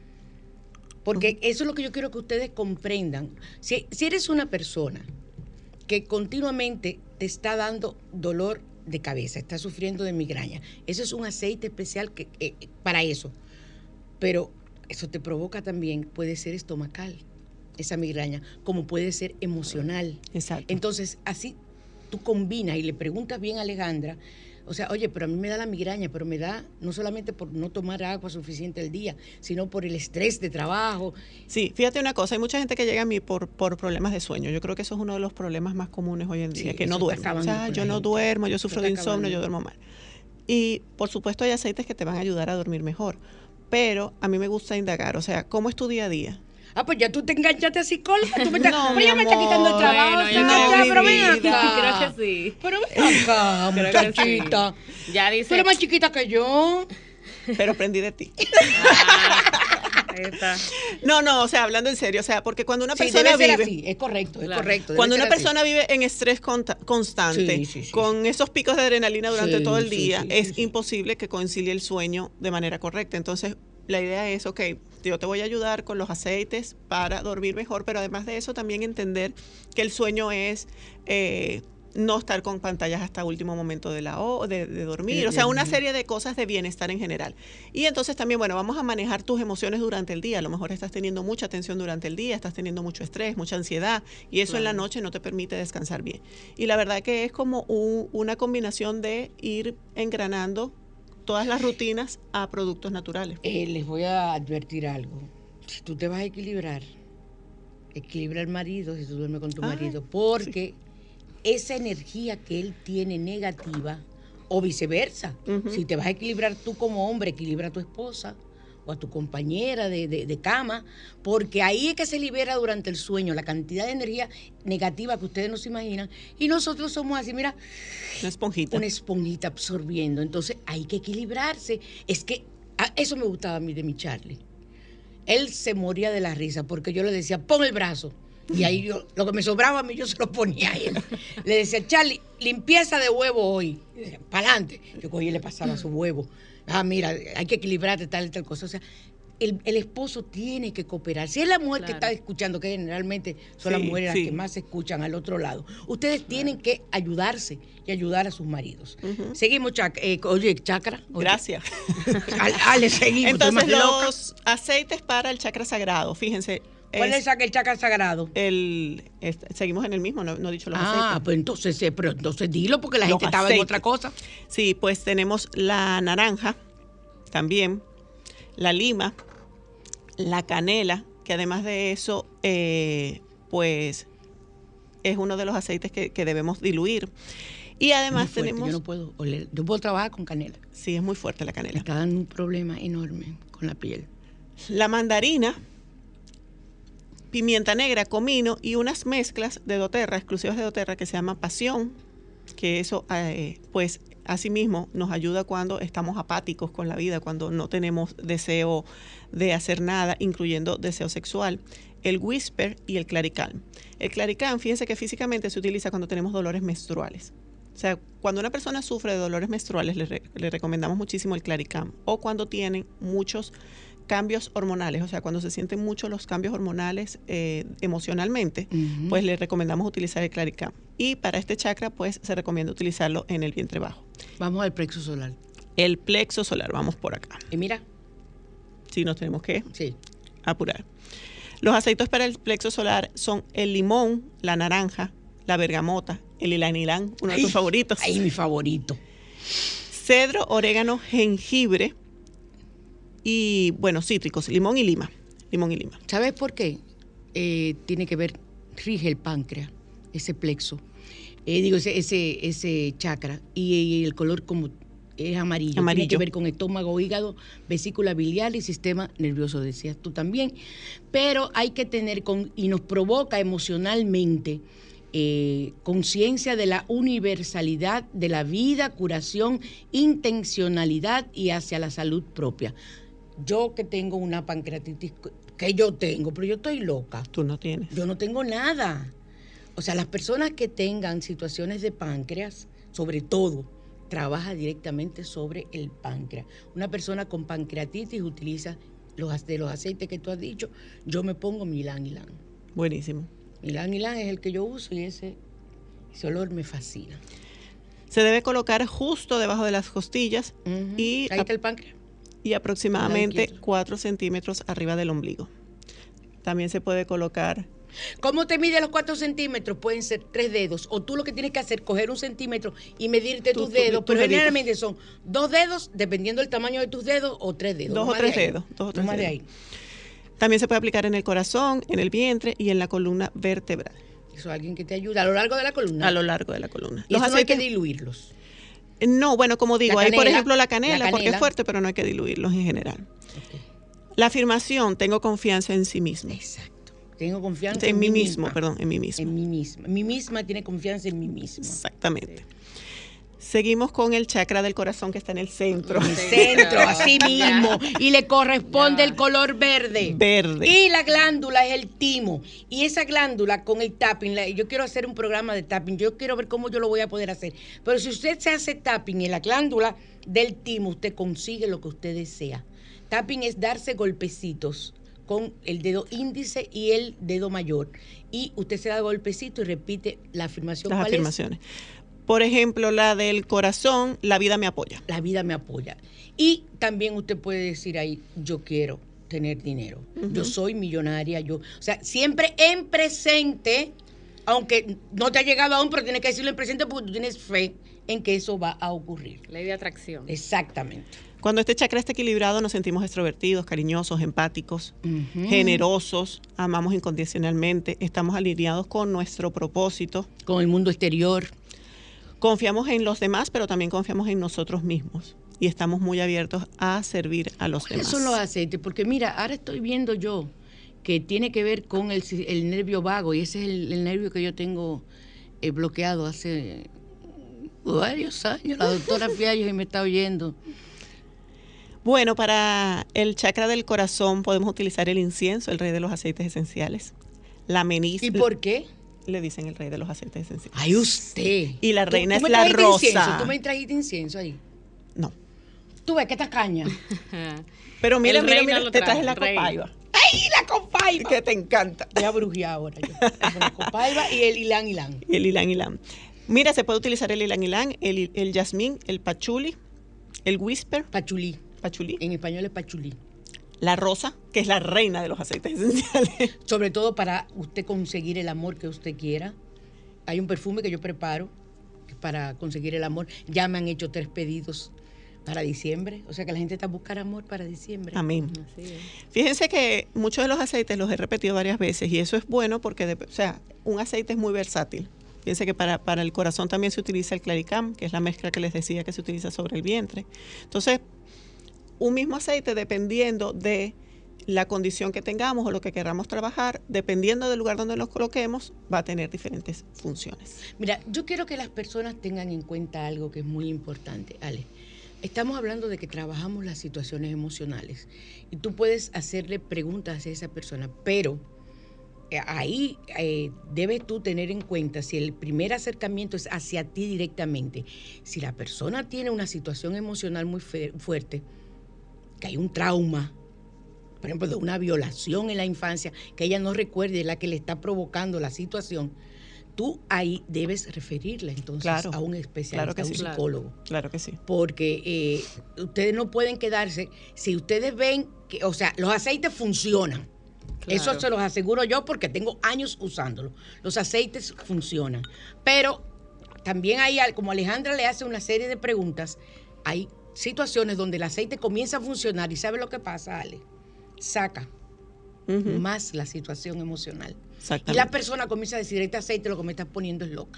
Porque eso es lo que yo quiero que ustedes comprendan. Si eres una persona que continuamente te está dando dolor de cabeza, está sufriendo de migraña, eso es un aceite especial para eso. Pero eso te provoca también, puede ser estomacal, esa migraña, como puede ser emocional. Exacto. Entonces, así tú combinas y le preguntas bien a Alejandra, o sea, oye, pero a mí me da la migraña, pero me da no solamente por no tomar agua suficiente al día, sino por el estrés de trabajo. Sí, fíjate una cosa, hay mucha gente que llega a mí por problemas de sueño. Yo creo que eso es uno de los problemas más comunes hoy en día, que no duermo. O sea, yo no duermo, yo sufro de insomnio, yo duermo mal. Y por supuesto hay aceites que te van a ayudar a dormir mejor. Pero a mí me gusta indagar, o sea, ¿cómo es tu día a día? Ah, pues ya tú te enganchaste a psicóloga. Tú me no, ella me está quitando el trabajo. Bueno, pero ven acá. Creo que sí. Pero ven acá, muchachita. Sí. Ya dice. Tú eres más chiquita que yo. Pero aprendí de ti. Ahí está. No, o sea, hablando en serio, o sea, porque cuando una persona debe ser vive... así, es correcto, claro. es correcto. Cuando una persona vive en estrés constante, con esos picos de adrenalina durante todo el día, es imposible que concilie el sueño de manera correcta. Entonces, la idea es, ok, yo te voy a ayudar con los aceites para dormir mejor, pero además de eso también entender que el sueño es no estar con pantallas hasta último momento de dormir, o sea, una serie de cosas de bienestar en general. Y entonces también, bueno, vamos a manejar tus emociones durante el día. A lo mejor estás teniendo mucha tensión durante el día, estás teniendo mucho estrés, mucha ansiedad, y eso en la noche no te permite descansar bien. Y la verdad que es como una combinación de ir engranando todas las rutinas a productos naturales. Les voy a advertir algo. Si tú te vas a equilibra al marido si tú duermes con tu marido, porque esa energía que él tiene negativa, o viceversa, si te vas a equilibrar tú como hombre, equilibra a tu esposa o a tu compañera de cama, porque ahí es que se libera durante el sueño la cantidad de energía negativa que ustedes no se imaginan, y nosotros somos así, mira, una esponjita absorbiendo. Entonces hay que equilibrarse. Es que eso me gustaba a mí de mi Charlie. Él se moría de la risa porque yo le decía, pon el brazo, y ahí lo que me sobraba a mí yo se lo ponía a él. Le decía, Charlie, limpieza de huevo hoy, para adelante. Yo cogí y le pasaba su huevo. Mira, hay que equilibrarte, tal cosa. O sea, el esposo tiene que cooperar. Si es la mujer que está escuchando, que generalmente son las mujeres las que más se escuchan al otro lado, ustedes tienen que ayudarse y ayudar a sus maridos. Seguimos, chakra. Gracias. Ale, seguimos. Entonces, los aceites para el chakra sagrado, fíjense. ¿Cuál es el chakra sagrado? Seguimos en el mismo, no he dicho los aceites. Pues entonces dilo, porque la gente estaba en otra cosa. Sí, pues tenemos la naranja también, la lima, la canela, que además de eso, pues es uno de los aceites que debemos diluir. Y además Muy fuerte, tenemos... Yo no puedo oler. Yo puedo trabajar con canela. Sí, es muy fuerte la Me canela. está dando un problema enorme con la piel. La mandarina, pimienta negra, comino y unas mezclas de doTERRA, exclusivas de doTERRA, que se llama Pasión, que eso pues asimismo nos ayuda cuando estamos apáticos con la vida, cuando no tenemos deseo de hacer nada, incluyendo deseo sexual. El Whisper y el Claricalm. El Claricalm, fíjense que físicamente se utiliza cuando tenemos dolores menstruales. O sea, cuando una persona sufre de dolores menstruales, le recomendamos muchísimo el Claricalm. O cuando tienen muchos cambios hormonales, o sea, cuando se sienten mucho los cambios hormonales emocionalmente, pues le recomendamos utilizar el Claricalm. Y para este chakra, pues se recomienda utilizarlo en el vientre bajo. Vamos al plexo solar. El plexo solar, vamos por acá. Y mira. Sí, nos tenemos que Sí. apurar. Los aceites para el plexo solar son el limón, la naranja, la bergamota, el ylang-ylang, uno de tus favoritos. Ay, mi favorito. Cedro, orégano, jengibre y, bueno, cítricos, limón y lima. Limón y lima. ¿Sabes por qué? Tiene que ver, rige el páncreas, ese plexo. Ese chakra. Y el color como es amarillo. Tiene que ver con estómago, hígado, vesícula biliar y sistema nervioso, decías tú también. Pero hay que tener, y nos provoca emocionalmente, conciencia de la universalidad de la vida, curación, intencionalidad y hacia la salud propia. Yo que tengo una pancreatitis, que yo tengo, pero yo estoy loca. Tú no tienes. Yo no tengo nada. O sea, las personas que tengan situaciones de páncreas, sobre todo, trabaja directamente sobre el páncreas. Una persona con pancreatitis utiliza los aceites que tú has dicho. Yo me pongo mi ylang-ylang. Buenísimo. Ylang-ylang es el que yo uso y ese olor me fascina. Se debe colocar justo debajo de las costillas y ahí está el páncreas. Y aproximadamente 4 centímetros arriba del ombligo. También se puede colocar... ¿Cómo te mide los 4 centímetros? Pueden ser 3 dedos. O tú lo que tienes que hacer es coger 1 centímetro y medirte tus dedos. Pero generalmente son 2 dedos, dependiendo del tamaño de tus dedos, o 3 dedos. 2 o 3 dedos. 2 o 3 dedos. De ahí. También se puede aplicar en el corazón, en el vientre y en la columna vertebral. Eso es alguien que te ayuda a lo largo de la columna. A lo largo de la columna. Y eso no hay que diluirlos. No, bueno, como digo, hay por ejemplo la canela, porque es canela. fuerte, pero no hay que diluirlos en general. Okay. La afirmación, tengo confianza en sí mismo. Exacto. Tengo confianza en mí mismo, perdón, en mí mismo. En mí misma. Mi misma tiene confianza en mí misma. Exactamente. Sí. Seguimos con el chakra del corazón que está en el centro. En el centro, así mismo. Y le corresponde el color verde. Verde. Y la glándula es el timo. Y esa glándula con el tapping, yo quiero hacer un programa de tapping. Yo quiero ver cómo yo lo voy a poder hacer. Pero si usted se hace tapping en la glándula del timo, usted consigue lo que usted desea. Tapping es darse golpecitos con el dedo índice y el dedo mayor. Y usted se da golpecito y repite la afirmación. Las afirmaciones. Por ejemplo, la del corazón, la vida me apoya. La vida me apoya. Y también usted puede decir ahí, yo quiero tener dinero. Yo soy millonaria. O sea, siempre en presente, aunque no te ha llegado aún, pero tienes que decirlo en presente porque tú tienes fe en que eso va a ocurrir. Ley de atracción. Exactamente. Cuando este chakra está equilibrado, nos sentimos extrovertidos, cariñosos, empáticos, generosos, amamos incondicionalmente, estamos alineados con nuestro propósito. Con el mundo exterior. Confiamos en los demás, pero también confiamos en nosotros mismos. Y estamos muy abiertos a servir a los demás. ¿Cuáles son los aceites? Porque mira, ahora estoy viendo yo que tiene que ver con el nervio vago. Y ese es el nervio que yo tengo bloqueado hace varios años. La doctora Fiallos y me está oyendo. Bueno, para el chakra del corazón podemos utilizar el incienso, el rey de los aceites esenciales. La menis. ¿Y por qué? Le dicen el rey de los aceites esenciales. ¡Ay, usted! Y la reina es la rosa. Incienso? ¿Tú me trajiste incienso ahí? No. ¿Tú ves qué tacaña? Pero mira, te traje la copaiba. ¡Ay, la copaiba! Que te encanta. Voy a brujear ahora yo. La copaiba y el ylang-ylang. El ylang-ylang. Mira, se puede utilizar el ylang-ylang, el jazmín, el pachuli, el whisper. Pachulí. Pachulí. En español es pachulí. La rosa, que es la reina de los aceites esenciales. Sobre todo para usted conseguir el amor que usted quiera. Hay un perfume que yo preparo para conseguir el amor. Ya me han hecho 3 pedidos para diciembre. O sea que la gente está buscando amor para diciembre. Amén. Así es. Fíjense que muchos de los aceites los he repetido varias veces y eso es bueno porque, un aceite es muy versátil. Piense que para el corazón también se utiliza el Claricam, que es la mezcla que les decía que se utiliza sobre el vientre. Entonces, un mismo aceite, dependiendo de la condición que tengamos o lo que queramos trabajar, dependiendo del lugar donde nos coloquemos, va a tener diferentes funciones. Mira, yo quiero que las personas tengan en cuenta algo que es muy importante, Ale. Estamos hablando de que trabajamos las situaciones emocionales y tú puedes hacerle preguntas a esa persona, pero ahí debes tú tener en cuenta si el primer acercamiento es hacia ti directamente. Si la persona tiene una situación emocional muy fuerte, que hay un trauma, por ejemplo, de una violación en la infancia, que ella no recuerde la que le está provocando la situación, tú ahí debes referirla entonces a un especialista, a un psicólogo. Claro que sí. Porque ustedes no pueden quedarse, si ustedes ven que, o sea, los aceites funcionan. Claro. Eso se los aseguro yo porque tengo años usándolo. Los aceites funcionan. Pero también hay, como Alejandra le hace una serie de preguntas, hay situaciones donde el aceite comienza a funcionar y ¿sabe lo que pasa, Ale? Saca más la situación emocional. Y la persona comienza a decir, este aceite lo que me estás poniendo es loca.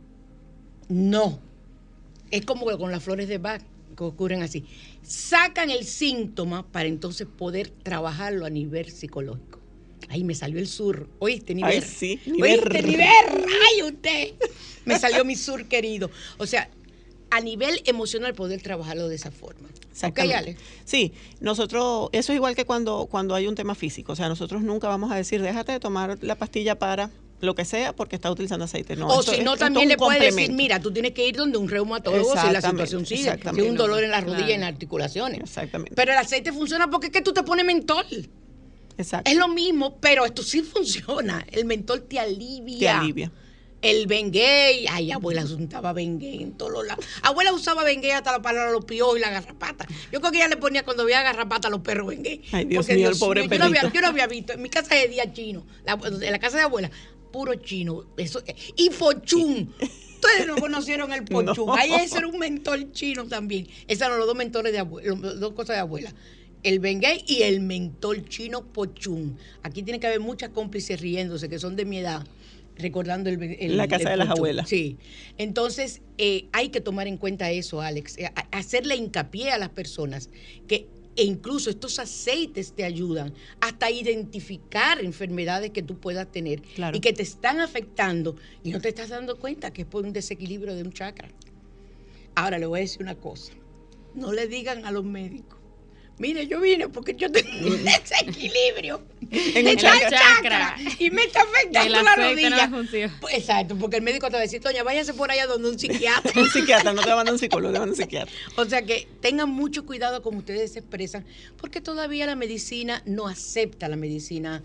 No. Es como con las flores de Bach, que ocurren así. Sacan el síntoma para entonces poder trabajarlo a nivel psicológico. Ahí me salió el sur. ¿Oíste, Niver? Ay, sí. ¿Oíste, Niver? ¡Ay, usted! Me salió mi sur querido. O sea, a nivel emocional poder trabajarlo de esa forma. ¿Ok, Ale? Sí, nosotros, eso es igual que cuando hay un tema físico. O sea, nosotros nunca vamos a decir, déjate de tomar la pastilla para lo que sea porque está utilizando aceite. No, o si no, también le puede decir, mira, tú tienes que ir donde un reumatólogo si la situación sigue. Si un dolor en la rodilla y en las articulaciones. Exactamente. Pero el aceite funciona porque es que tú te pones mentol. Exacto. Es lo mismo, pero esto sí funciona. El mentol te alivia. Te alivia. El Bengay, ay, abuela untaba Bengay en todos los lados. Abuela usaba Bengay hasta para los piojos y la garrapata. Yo creo que ella le ponía cuando había garrapata a los perros Bengay. Ay, Dios mío, el pobre perrito. Yo no había visto, en mi casa de día chino, en la casa de abuela, puro chino. Eso, y pochún. Ustedes no conocieron el pochún. No. Ahí ese era un mentol chino también. Esos eran los dos mentores de abuela, las dos cosas de abuela. El Bengay y el mentol chino pochún. Aquí tiene que haber muchas cómplices riéndose que son de mi edad. Recordando la casa de las abuelas. Sí. Entonces, hay que tomar en cuenta eso, Alex. Hacerle hincapié a las personas que incluso estos aceites te ayudan hasta identificar enfermedades que tú puedas tener y que te están afectando y no te estás dando cuenta que es por un desequilibrio de un chakra. Ahora, le voy a decir una cosa. No le digan a los médicos, mire, yo vine porque yo tengo un desequilibrio en el chakra y me está afectando la rodilla. No exacto, porque el médico te va a decir, doña, váyase por allá donde un psiquiatra. Un psiquiatra, no te manda un psicólogo, te manda un psiquiatra. O sea que tengan mucho cuidado como ustedes se expresan, porque todavía la medicina no acepta la medicina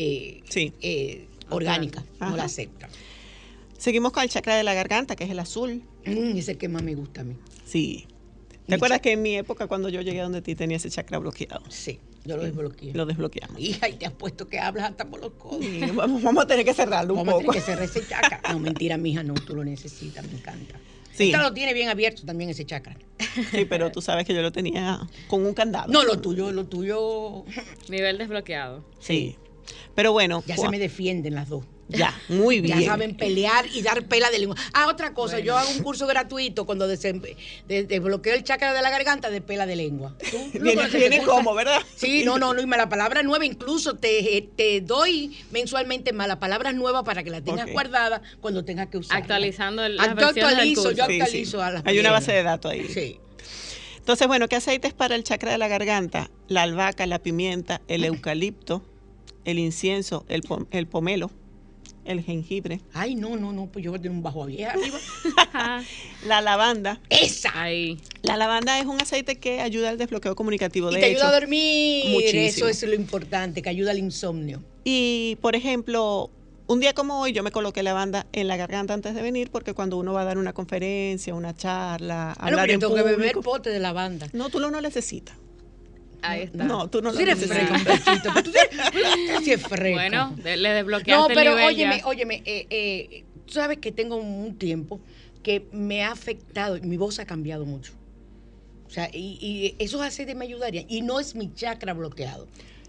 orgánica, no la acepta. Seguimos con el chakra de la garganta, que es el azul. Es el que más me gusta a mí. Sí. ¿Te acuerdas que en mi época, cuando yo llegué a donde ti, tenía ese chakra bloqueado? Sí, yo lo desbloqueé. Lo desbloqueamos. Hija, y te apuesto que hablas hasta por los codos. Sí, vamos a tener que cerrarlo un poco. Vamos a tener que cerrar ese chakra. No, mentira, mija, no, tú lo necesitas, me encanta. Sí. Esta lo tiene bien abierto también ese chakra. Sí, pero tú sabes que yo lo tenía con un candado. No, lo tuyo. Nivel desbloqueado. Sí. Pero bueno. Ya se me defienden las dos. Ya, muy bien. Ya saben pelear y dar pela de lengua. Otra cosa, yo hago un curso gratuito cuando desbloqueo el chakra de la garganta de pela de lengua. Viene como, ¿verdad? Sí, no, y la palabra nueva, incluso te doy mensualmente más las palabras nuevas para que las tengas guardadas cuando tengas que usarlas. Actualizando las versiones del curso. Yo actualizo a las Hay una base de datos ahí. Sí. Entonces, bueno, ¿qué aceites para el chakra de la garganta? La albahaca, la pimienta, el eucalipto, el incienso, el pomelo, el jengibre. Ay, no, pues yo voy a tener un bajo vieja arriba. La lavanda. ¡Esa! Ahí. La lavanda es un aceite que ayuda al desbloqueo comunicativo. Y te ayuda a dormir. Muchísimo. Eso es lo importante, que ayuda al insomnio. Y, por ejemplo, un día como hoy yo me coloqué lavanda en la garganta antes de venir porque cuando uno va a dar una conferencia, una charla, hablar en público. Tengo que beber pote de lavanda. No, tú no lo necesitas. Ahí está. No, tú no lo eres necesitas. fresco, Tú eres fresco. Bueno, le desbloqueaste no, pero el nivel óyeme, tú sabes que tengo un tiempo que me ha afectado, mi voz ha cambiado mucho. O sea, y esos aceites me ayudarían. Y no es mi chakra bloqueado.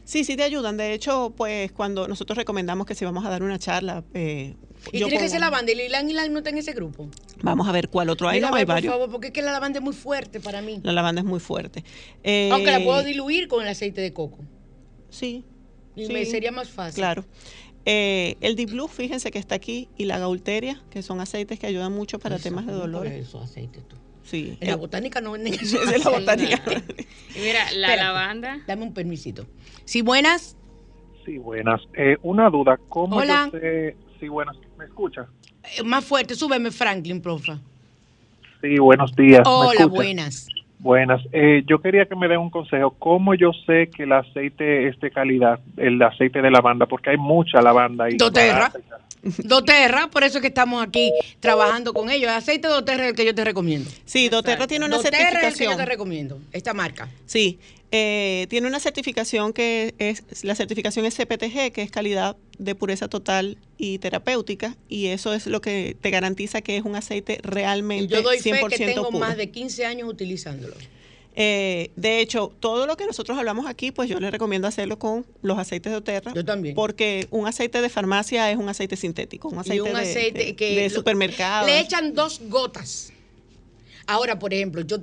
Sí, sí te ayudan. De hecho, pues cuando nosotros recomendamos que si vamos a dar una charla... y tiene que ser lavanda. ¿Y Ylang Ylang no está en ese grupo? Vamos a ver cuál otro hay. Mira, No, hay por varios. favor, porque es que la lavanda es muy fuerte para mí. La lavanda es muy fuerte. Aunque la puedo diluir con el aceite de coco. Sí. Y sí, me sería más fácil. Claro. El Deep Blue, fíjense que está aquí, y la Gaulteria, que son aceites que ayudan mucho para temas de dolores. Esos aceites tú. Sí. En la botánica no venden eso. Es de la botánica. Y mira, la Espérate, lavanda. Dame un permisito. Sí, buenas. Sí, buenas. Una duda, ¿cómo Hola. yo sé? Sí, buenas. ¿Me escucha? Más fuerte, súbeme Franklin, profa. Sí, buenos días. ¿Me Hola, escucha? buenas. Buenas. Yo quería que me den un consejo. ¿Cómo yo sé que el aceite es de calidad, el aceite de lavanda? Porque hay mucha lavanda ahí. doTERRA. doTERRA, por eso es que estamos aquí trabajando con ellos. El aceite doTERRA es el que yo te recomiendo. Sí, doTERRA tiene una doTERRA es el que yo certificación. te recomiendo, esta marca. Sí, tiene una certificación que es, la certificación es CPTG, que es calidad de pureza total y terapéutica, y eso es lo que te garantiza que es un aceite Y realmente yo doy 100% fe que tengo puro. más de 15 años utilizándolo. De hecho, todo lo que nosotros hablamos aquí, pues yo les recomiendo hacerlo con los aceites de doTERRA. Yo también. Porque un aceite de farmacia es un aceite sintético, un aceite, Y un aceite que de lo- supermercado. Le echan 2 gotas. Ahora, por ejemplo, yo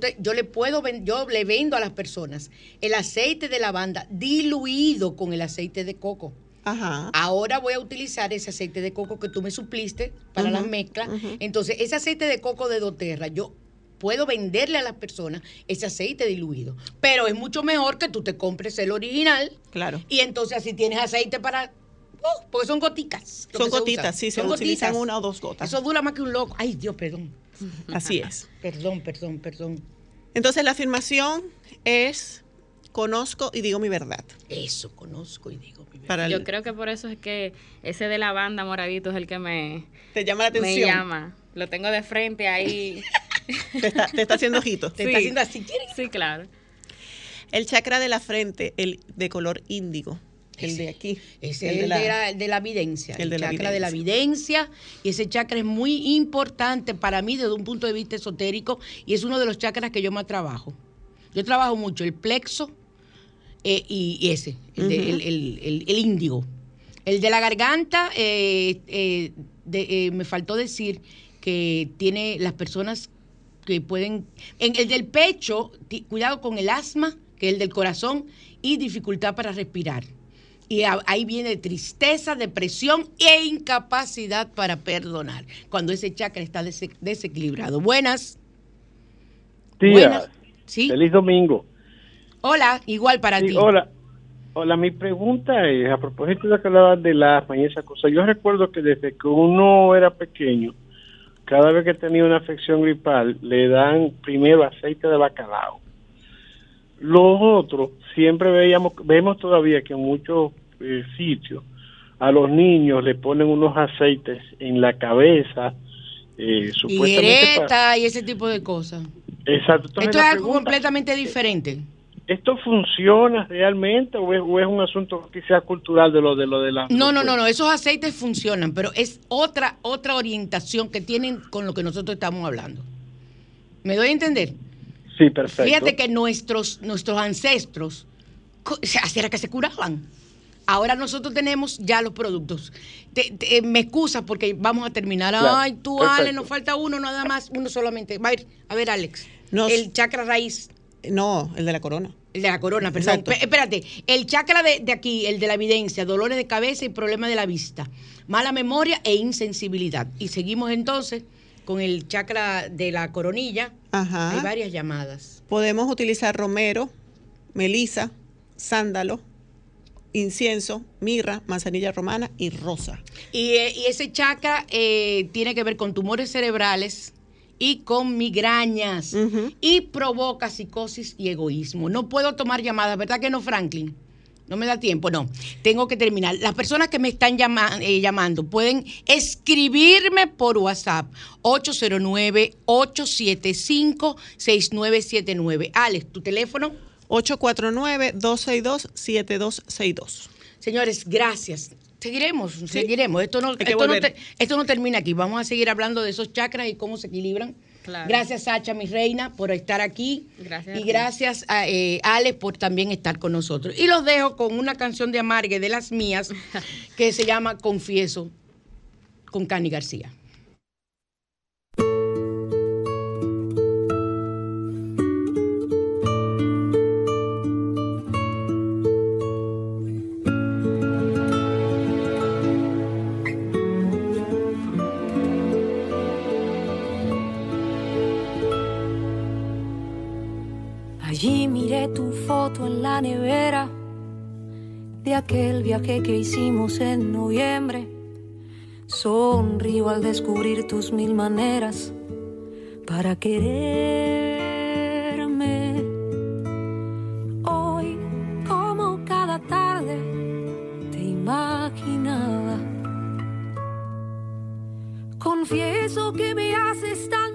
le vendo a las personas el aceite de lavanda diluido con el aceite de coco. Ajá. Ahora voy a utilizar ese aceite de coco que tú me supliste para las mezclas. Entonces, ese aceite de coco de doTERRA, yo puedo venderle a las personas ese aceite diluido. Pero es mucho mejor que tú te compres el original. Claro. Y entonces así tienes aceite para... porque son goticas. lo Son que se gotitas, usa. sí, se Son utilizan gotitas. 1 o 2 gotas. Eso dura más que un loco. Ay, Dios, perdón. Así es. Perdón. Entonces, la afirmación es: conozco y digo mi verdad. Eso, conozco y digo mi verdad. Para Yo creo que por eso es que ese de lavanda moradito es el que te llama la me atención. llama. Lo tengo de frente ahí. Te está haciendo ojitos. Te está haciendo así. ¿Quieres? Sí, claro. El chakra de la frente, el de color índigo, el de aquí. Ese es el de la evidencia, el de la chakra de la evidencia, y ese chakra es muy importante para mí desde un punto de vista esotérico, y es uno de los chakras que yo más trabajo. Yo trabajo mucho el plexo y ese, el índigo. El de la garganta, me faltó decir que tiene las personas que pueden... En el del pecho, cuidado con el asma, que es el del corazón, y dificultad para respirar. Y ahí viene tristeza, depresión e incapacidad para perdonar, cuando ese chakra está desequilibrado. Buenas. Tía, Buenas. ¿Sí? feliz domingo. Hola, igual para Sí, ti. hola, mi pregunta es, a propósito de que hablabas del asma y esa cosa, yo recuerdo que desde que uno era pequeño, cada vez que tenía una afección gripal, le dan primero aceite de bacalao. Los otros, siempre vemos todavía que en muchos sitios a los niños le ponen unos aceites en la cabeza, Y supuestamente grieta y ese tipo de cosas. Exacto. Entonces, Esto es la algo pregunta, completamente diferente. ¿esto funciona realmente o es un asunto quizás cultural de lo de la... No, esos aceites funcionan, pero es otra orientación que tienen con lo que nosotros estamos hablando. ¿Me doy a entender? Sí, perfecto. Fíjate que nuestros ancestros era que se curaban. Ahora nosotros tenemos ya los productos. Me excusas porque vamos a terminar. Claro, Ay, tú, perfecto. Ale, nos falta uno nada más, uno solamente. A ver, Alex, el chakra raíz. No, el de la corona. El de la corona, perdón. Exacto. Espérate, el chakra de aquí, el de la evidencia, dolores de cabeza y problemas de la vista, mala memoria e insensibilidad. Y seguimos entonces con el chakra de la coronilla. Ajá. Hay varias llamadas. Podemos utilizar romero, melisa, sándalo, incienso, mirra, manzanilla romana y rosa. Y ese chakra tiene que ver con tumores cerebrales y con migrañas. Y provoca psicosis y egoísmo. No puedo tomar llamadas, ¿verdad que no, Franklin? No me da tiempo, no. Tengo que terminar. Las personas que me están llamando pueden escribirme por WhatsApp 809-875-6979. Alex, ¿tu teléfono? 849-262-7262. Señores, gracias. Seguiremos. Esto no termina aquí. Vamos a seguir hablando de esos chakras y cómo se equilibran Claro. Gracias, Sacha, mi reina, por estar aquí. Gracias. Y gracias a Ale por también estar con nosotros. Y los dejo con una canción de Amargue de las mías que se llama Confieso, con Cani García. Allí miré tu foto en la nevera de aquel viaje que hicimos en noviembre. Sonrío al descubrir tus 1000 maneras para quererme. Hoy, como cada tarde, te imaginaba. Confieso que me haces tan